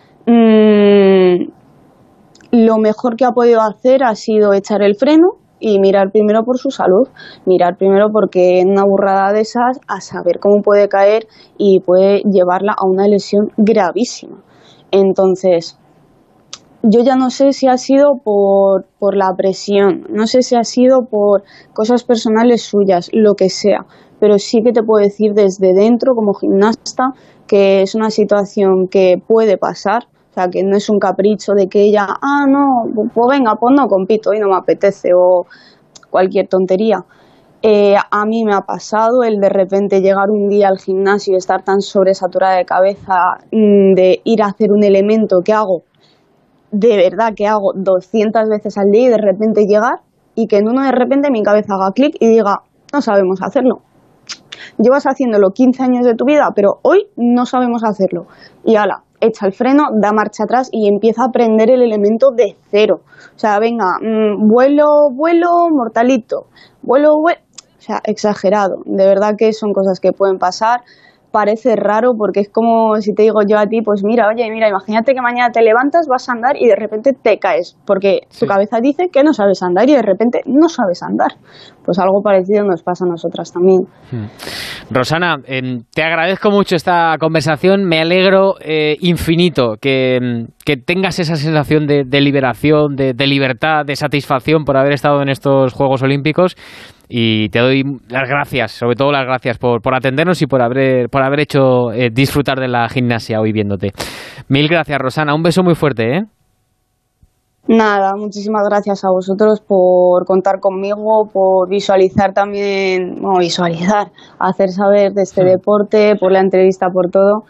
Speaker 29: mmm, lo mejor que ha podido hacer ha sido echar el freno y mirar primero por su salud. Mirar primero porque en una burrada de esas, a saber cómo puede caer y puede llevarla a una lesión gravísima. Entonces, yo ya no sé si ha sido por, por la presión, no sé si ha sido por cosas personales suyas, lo que sea, pero sí que te puedo decir desde dentro, como gimnasta, que es una situación que puede pasar, o sea, que no es un capricho de que ella, ah, no, pues venga, pues no compito, hoy no me apetece, o cualquier tontería. Eh, a mí me ha pasado el de repente llegar un día al gimnasio y estar tan sobresaturada de cabeza, de ir a hacer un elemento que hago, de verdad que hago doscientas veces al día y de repente llegar y que en uno de repente mi cabeza haga clic y diga, no sabemos hacerlo. Llevas haciéndolo quince años de tu vida, pero hoy no sabemos hacerlo. Y ala, echa el freno, da marcha atrás y empieza a aprender el elemento de cero. O sea, venga, mmm, vuelo, vuelo, mortalito, vuelo, vuelo. O sea, exagerado. De verdad que son cosas que pueden pasar. Parece raro porque es como si te digo yo a ti, pues mira, oye, mira, imagínate que mañana te levantas, vas a andar y de repente te caes, porque sí. Tu cabeza dice que no sabes andar y de repente no sabes andar. Pues algo parecido nos pasa a nosotras también.
Speaker 3: Hmm. Rosana, eh, te agradezco mucho esta conversación, me alegro eh, infinito que, que tengas esa sensación de, de liberación, de, de libertad, de satisfacción por haber estado en estos Juegos Olímpicos. Y te doy las gracias, sobre todo las gracias por, por atendernos y por haber, por haber hecho eh, disfrutar de la gimnasia hoy viéndote. Mil gracias, Rosana. Un beso muy fuerte, ¿eh?
Speaker 29: Nada, muchísimas gracias a vosotros por contar conmigo, por visualizar también, bueno, visualizar, hacer saber de este sí. deporte, por la entrevista, por todo.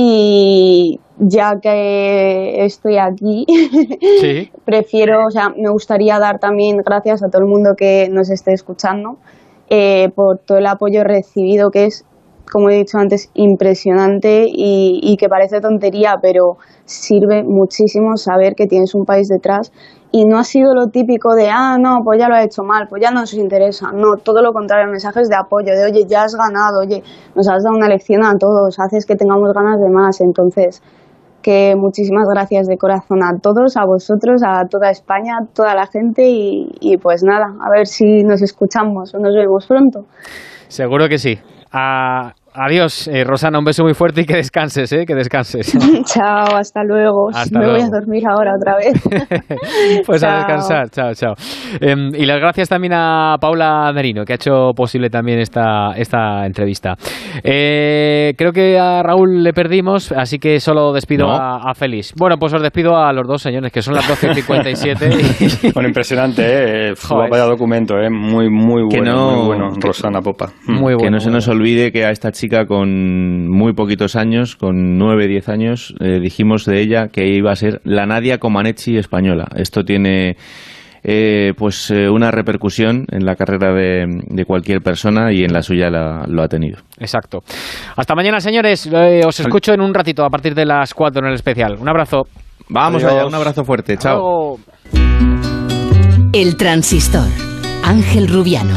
Speaker 29: Y ya que estoy aquí, sí. prefiero, o sea, me gustaría dar también gracias a todo el mundo que nos esté escuchando eh, por todo el apoyo recibido, que es, como he dicho antes, impresionante y, y que parece tontería, pero sirve muchísimo saber que tienes un país detrás. Y no ha sido lo típico de, ah, no, pues ya lo ha hecho mal, pues ya no nos interesa. No, todo lo contrario, mensajes de apoyo, de, oye, ya has ganado, oye, nos has dado una lección a todos, haces que tengamos ganas de más. Entonces, que muchísimas gracias de corazón a todos, a vosotros, a toda España, a toda la gente y, y pues nada, a ver si nos escuchamos o nos vemos pronto.
Speaker 3: Seguro que sí. A... Adiós, eh, Rosana, un beso muy fuerte y que descanses, ¿eh? Que descanses.
Speaker 29: Chao, hasta luego.
Speaker 3: Hasta
Speaker 29: Me
Speaker 3: luego.
Speaker 29: voy a dormir ahora otra vez.
Speaker 3: Pues
Speaker 29: chao.
Speaker 3: A descansar, chao, chao. Eh, y las gracias también a Paula Merino, que ha hecho posible también esta, esta entrevista. Eh, creo que a Raúl le perdimos, así que solo despido no. a, a Félix. Bueno, pues os despido a los dos señores, que son las doce cincuenta y siete. Y...
Speaker 5: Bueno, impresionante, ¿eh? Joder. Vaya documento, ¿eh? Muy, muy bueno, no, muy bueno,
Speaker 4: que,
Speaker 5: Rosana Popa.
Speaker 3: Muy bueno.
Speaker 4: Que no se nos olvide que a esta chica chica con muy poquitos años, con nueve, diez años, eh, dijimos de ella que iba a ser la Nadia Comaneci española. Esto tiene eh, pues eh, una repercusión en la carrera de, de cualquier persona y en la suya la, lo ha tenido.
Speaker 3: Exacto. Hasta mañana, señores. Eh, os escucho en un ratito a partir de las cuatro en el especial. Un abrazo.
Speaker 4: Vamos Adiós. allá, un abrazo fuerte. Chao.
Speaker 1: El Transistor. Ángel Rubiano.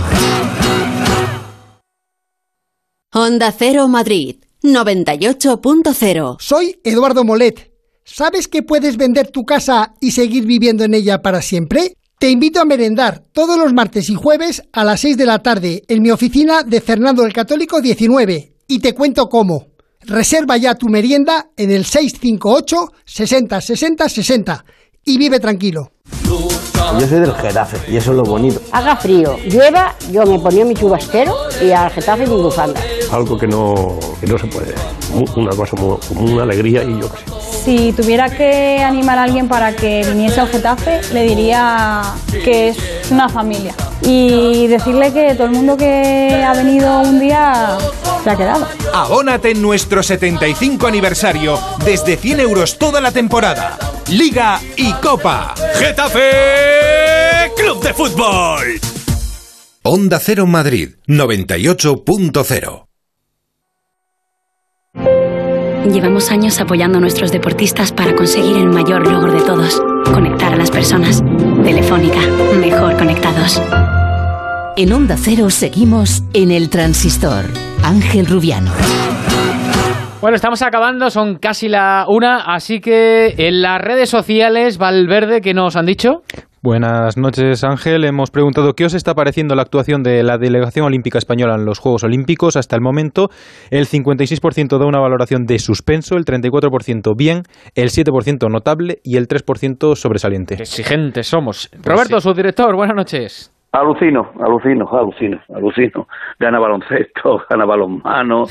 Speaker 13: Onda Cero Madrid, noventa y ocho punto cero.
Speaker 14: Soy Eduardo Molet. ¿Sabes que puedes vender tu casa y seguir viviendo en ella para siempre? Te invito a merendar todos los martes y jueves a las seis de la tarde en mi oficina de Fernando el Católico diecinueve y te cuento cómo. Reserva ya tu merienda en el seis cinco ocho, sesenta, sesenta, sesenta y vive tranquilo.
Speaker 15: Yo soy del Getafe y eso es lo bonito.
Speaker 8: Haga frío, llueva, yo me ponía mi chubasquero y al Getafe mi bufanda.
Speaker 7: Algo que no, que no se puede. Una cosa como una alegría y yo qué sé.
Speaker 10: Si tuviera que animar a alguien para que viniese al Getafe, le diría que es una familia. Y decirle que todo el mundo que ha venido un día se ha quedado.
Speaker 11: Abónate en nuestro setenta y cinco aniversario desde cien euros toda la temporada. Liga y Copa. Getafe Club de Fútbol.
Speaker 16: Onda Cero Madrid, noventa y ocho punto cero.
Speaker 9: Llevamos años apoyando a nuestros deportistas para conseguir el mayor logro de todos: conectar a las personas. Telefónica, mejor conectados.
Speaker 1: En Onda Cero seguimos en el Transistor. Ángel Rubiano.
Speaker 3: Bueno, estamos acabando, son casi la una, así que en las redes sociales, Valverde, ¿qué nos han dicho?
Speaker 17: Buenas noches, Ángel. Hemos preguntado qué os está pareciendo la actuación de la Delegación Olímpica Española en los Juegos Olímpicos. Hasta el momento, el cincuenta y seis por ciento da una valoración de suspenso, el treinta y cuatro por ciento bien, el siete por ciento notable y el tres por ciento sobresaliente.
Speaker 3: Qué exigentes somos. Pues Roberto, sí. Subdirector, buenas noches.
Speaker 18: Alucino, alucino, alucino, alucino. Gana baloncesto, gana balonmano,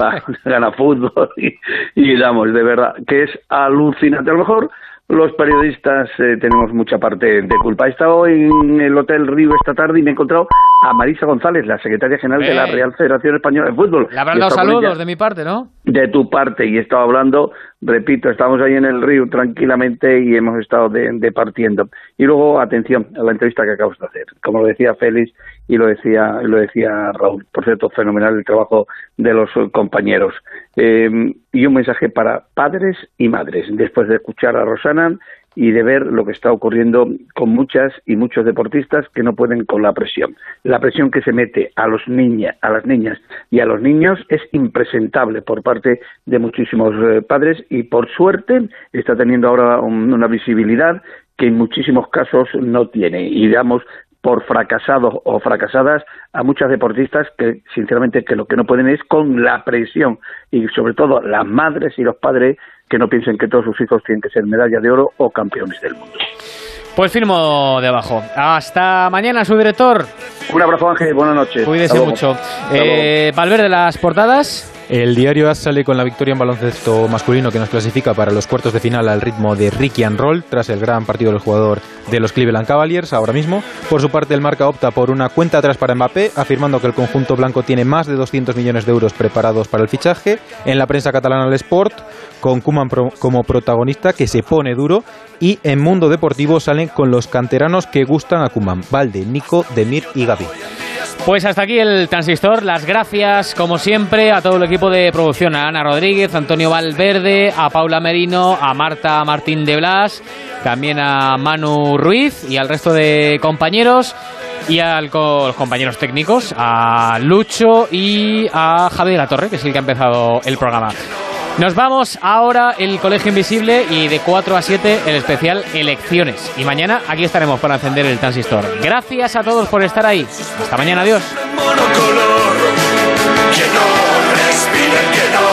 Speaker 18: gana fútbol y, y damos, de verdad, que es alucinante. A lo mejor los periodistas eh, tenemos mucha parte de culpa. He estado en el Hotel Río esta tarde y me he encontrado a Marisa González, la secretaria general eh. de la Real Federación Española de Fútbol.
Speaker 3: Le habrán dado saludos de mi parte, ¿no?
Speaker 18: De tu parte, y he estado hablando, repito, estamos ahí en el Río tranquilamente y hemos estado departiendo. Y luego, atención a la entrevista que acabas de hacer. Como lo decía Félix y lo decía lo decía Raúl. Por cierto, fenomenal el trabajo de los compañeros. Eh, y un mensaje para padres y madres, después de escuchar a Rosana y de ver lo que está ocurriendo con muchas y muchos deportistas que no pueden con la presión. La presión que se mete a los niñas, a las niñas y a los niños es impresentable por parte de muchísimos eh, padres y por suerte está teniendo ahora un, una visibilidad que en muchísimos casos no tiene y damos por fracasados o fracasadas a muchas deportistas que sinceramente que lo que no pueden es con la presión y sobre todo las madres y los padres que no piensen que todos sus hijos tienen que ser medalla de oro o campeones del mundo.
Speaker 3: Pues firmo de abajo. Hasta mañana, subdirector.
Speaker 18: Un abrazo, Ángel, buenas noches.
Speaker 3: Cuídese mucho. Eh, Valverde, las portadas.
Speaker 17: El diario A S sale con la victoria en baloncesto masculino que nos clasifica para los cuartos de final al ritmo de Ricky and Roll, tras el gran partido del jugador de los Cleveland Cavaliers ahora mismo. Por su parte, el Marca opta por una cuenta atrás para Mbappé, afirmando que el conjunto blanco tiene más de doscientos millones de euros preparados para el fichaje. En la prensa catalana, el Sport, con Koeman pro, como protagonista, que se pone duro. Y en Mundo Deportivo salen con los canteranos que gustan a Koeman: Valde, Nico, Demir y Gavi.
Speaker 3: Pues hasta aquí el Transistor. Las gracias, como siempre, a todo el equipo de producción, a Ana Rodríguez, a Antonio Valverde, a Paula Merino, a Marta Martín de Blas, también a Manu Ruiz y al resto de compañeros y a los compañeros técnicos, a Lucho y a Javi de la Torre, que es el que ha empezado el programa. Nos vamos ahora el Colegio Invisible y de cuatro a siete el especial Elecciones. Y mañana aquí estaremos para encender el Transistor. Gracias a todos por estar ahí. Hasta mañana, adiós.
Speaker 20: Que no respire, que no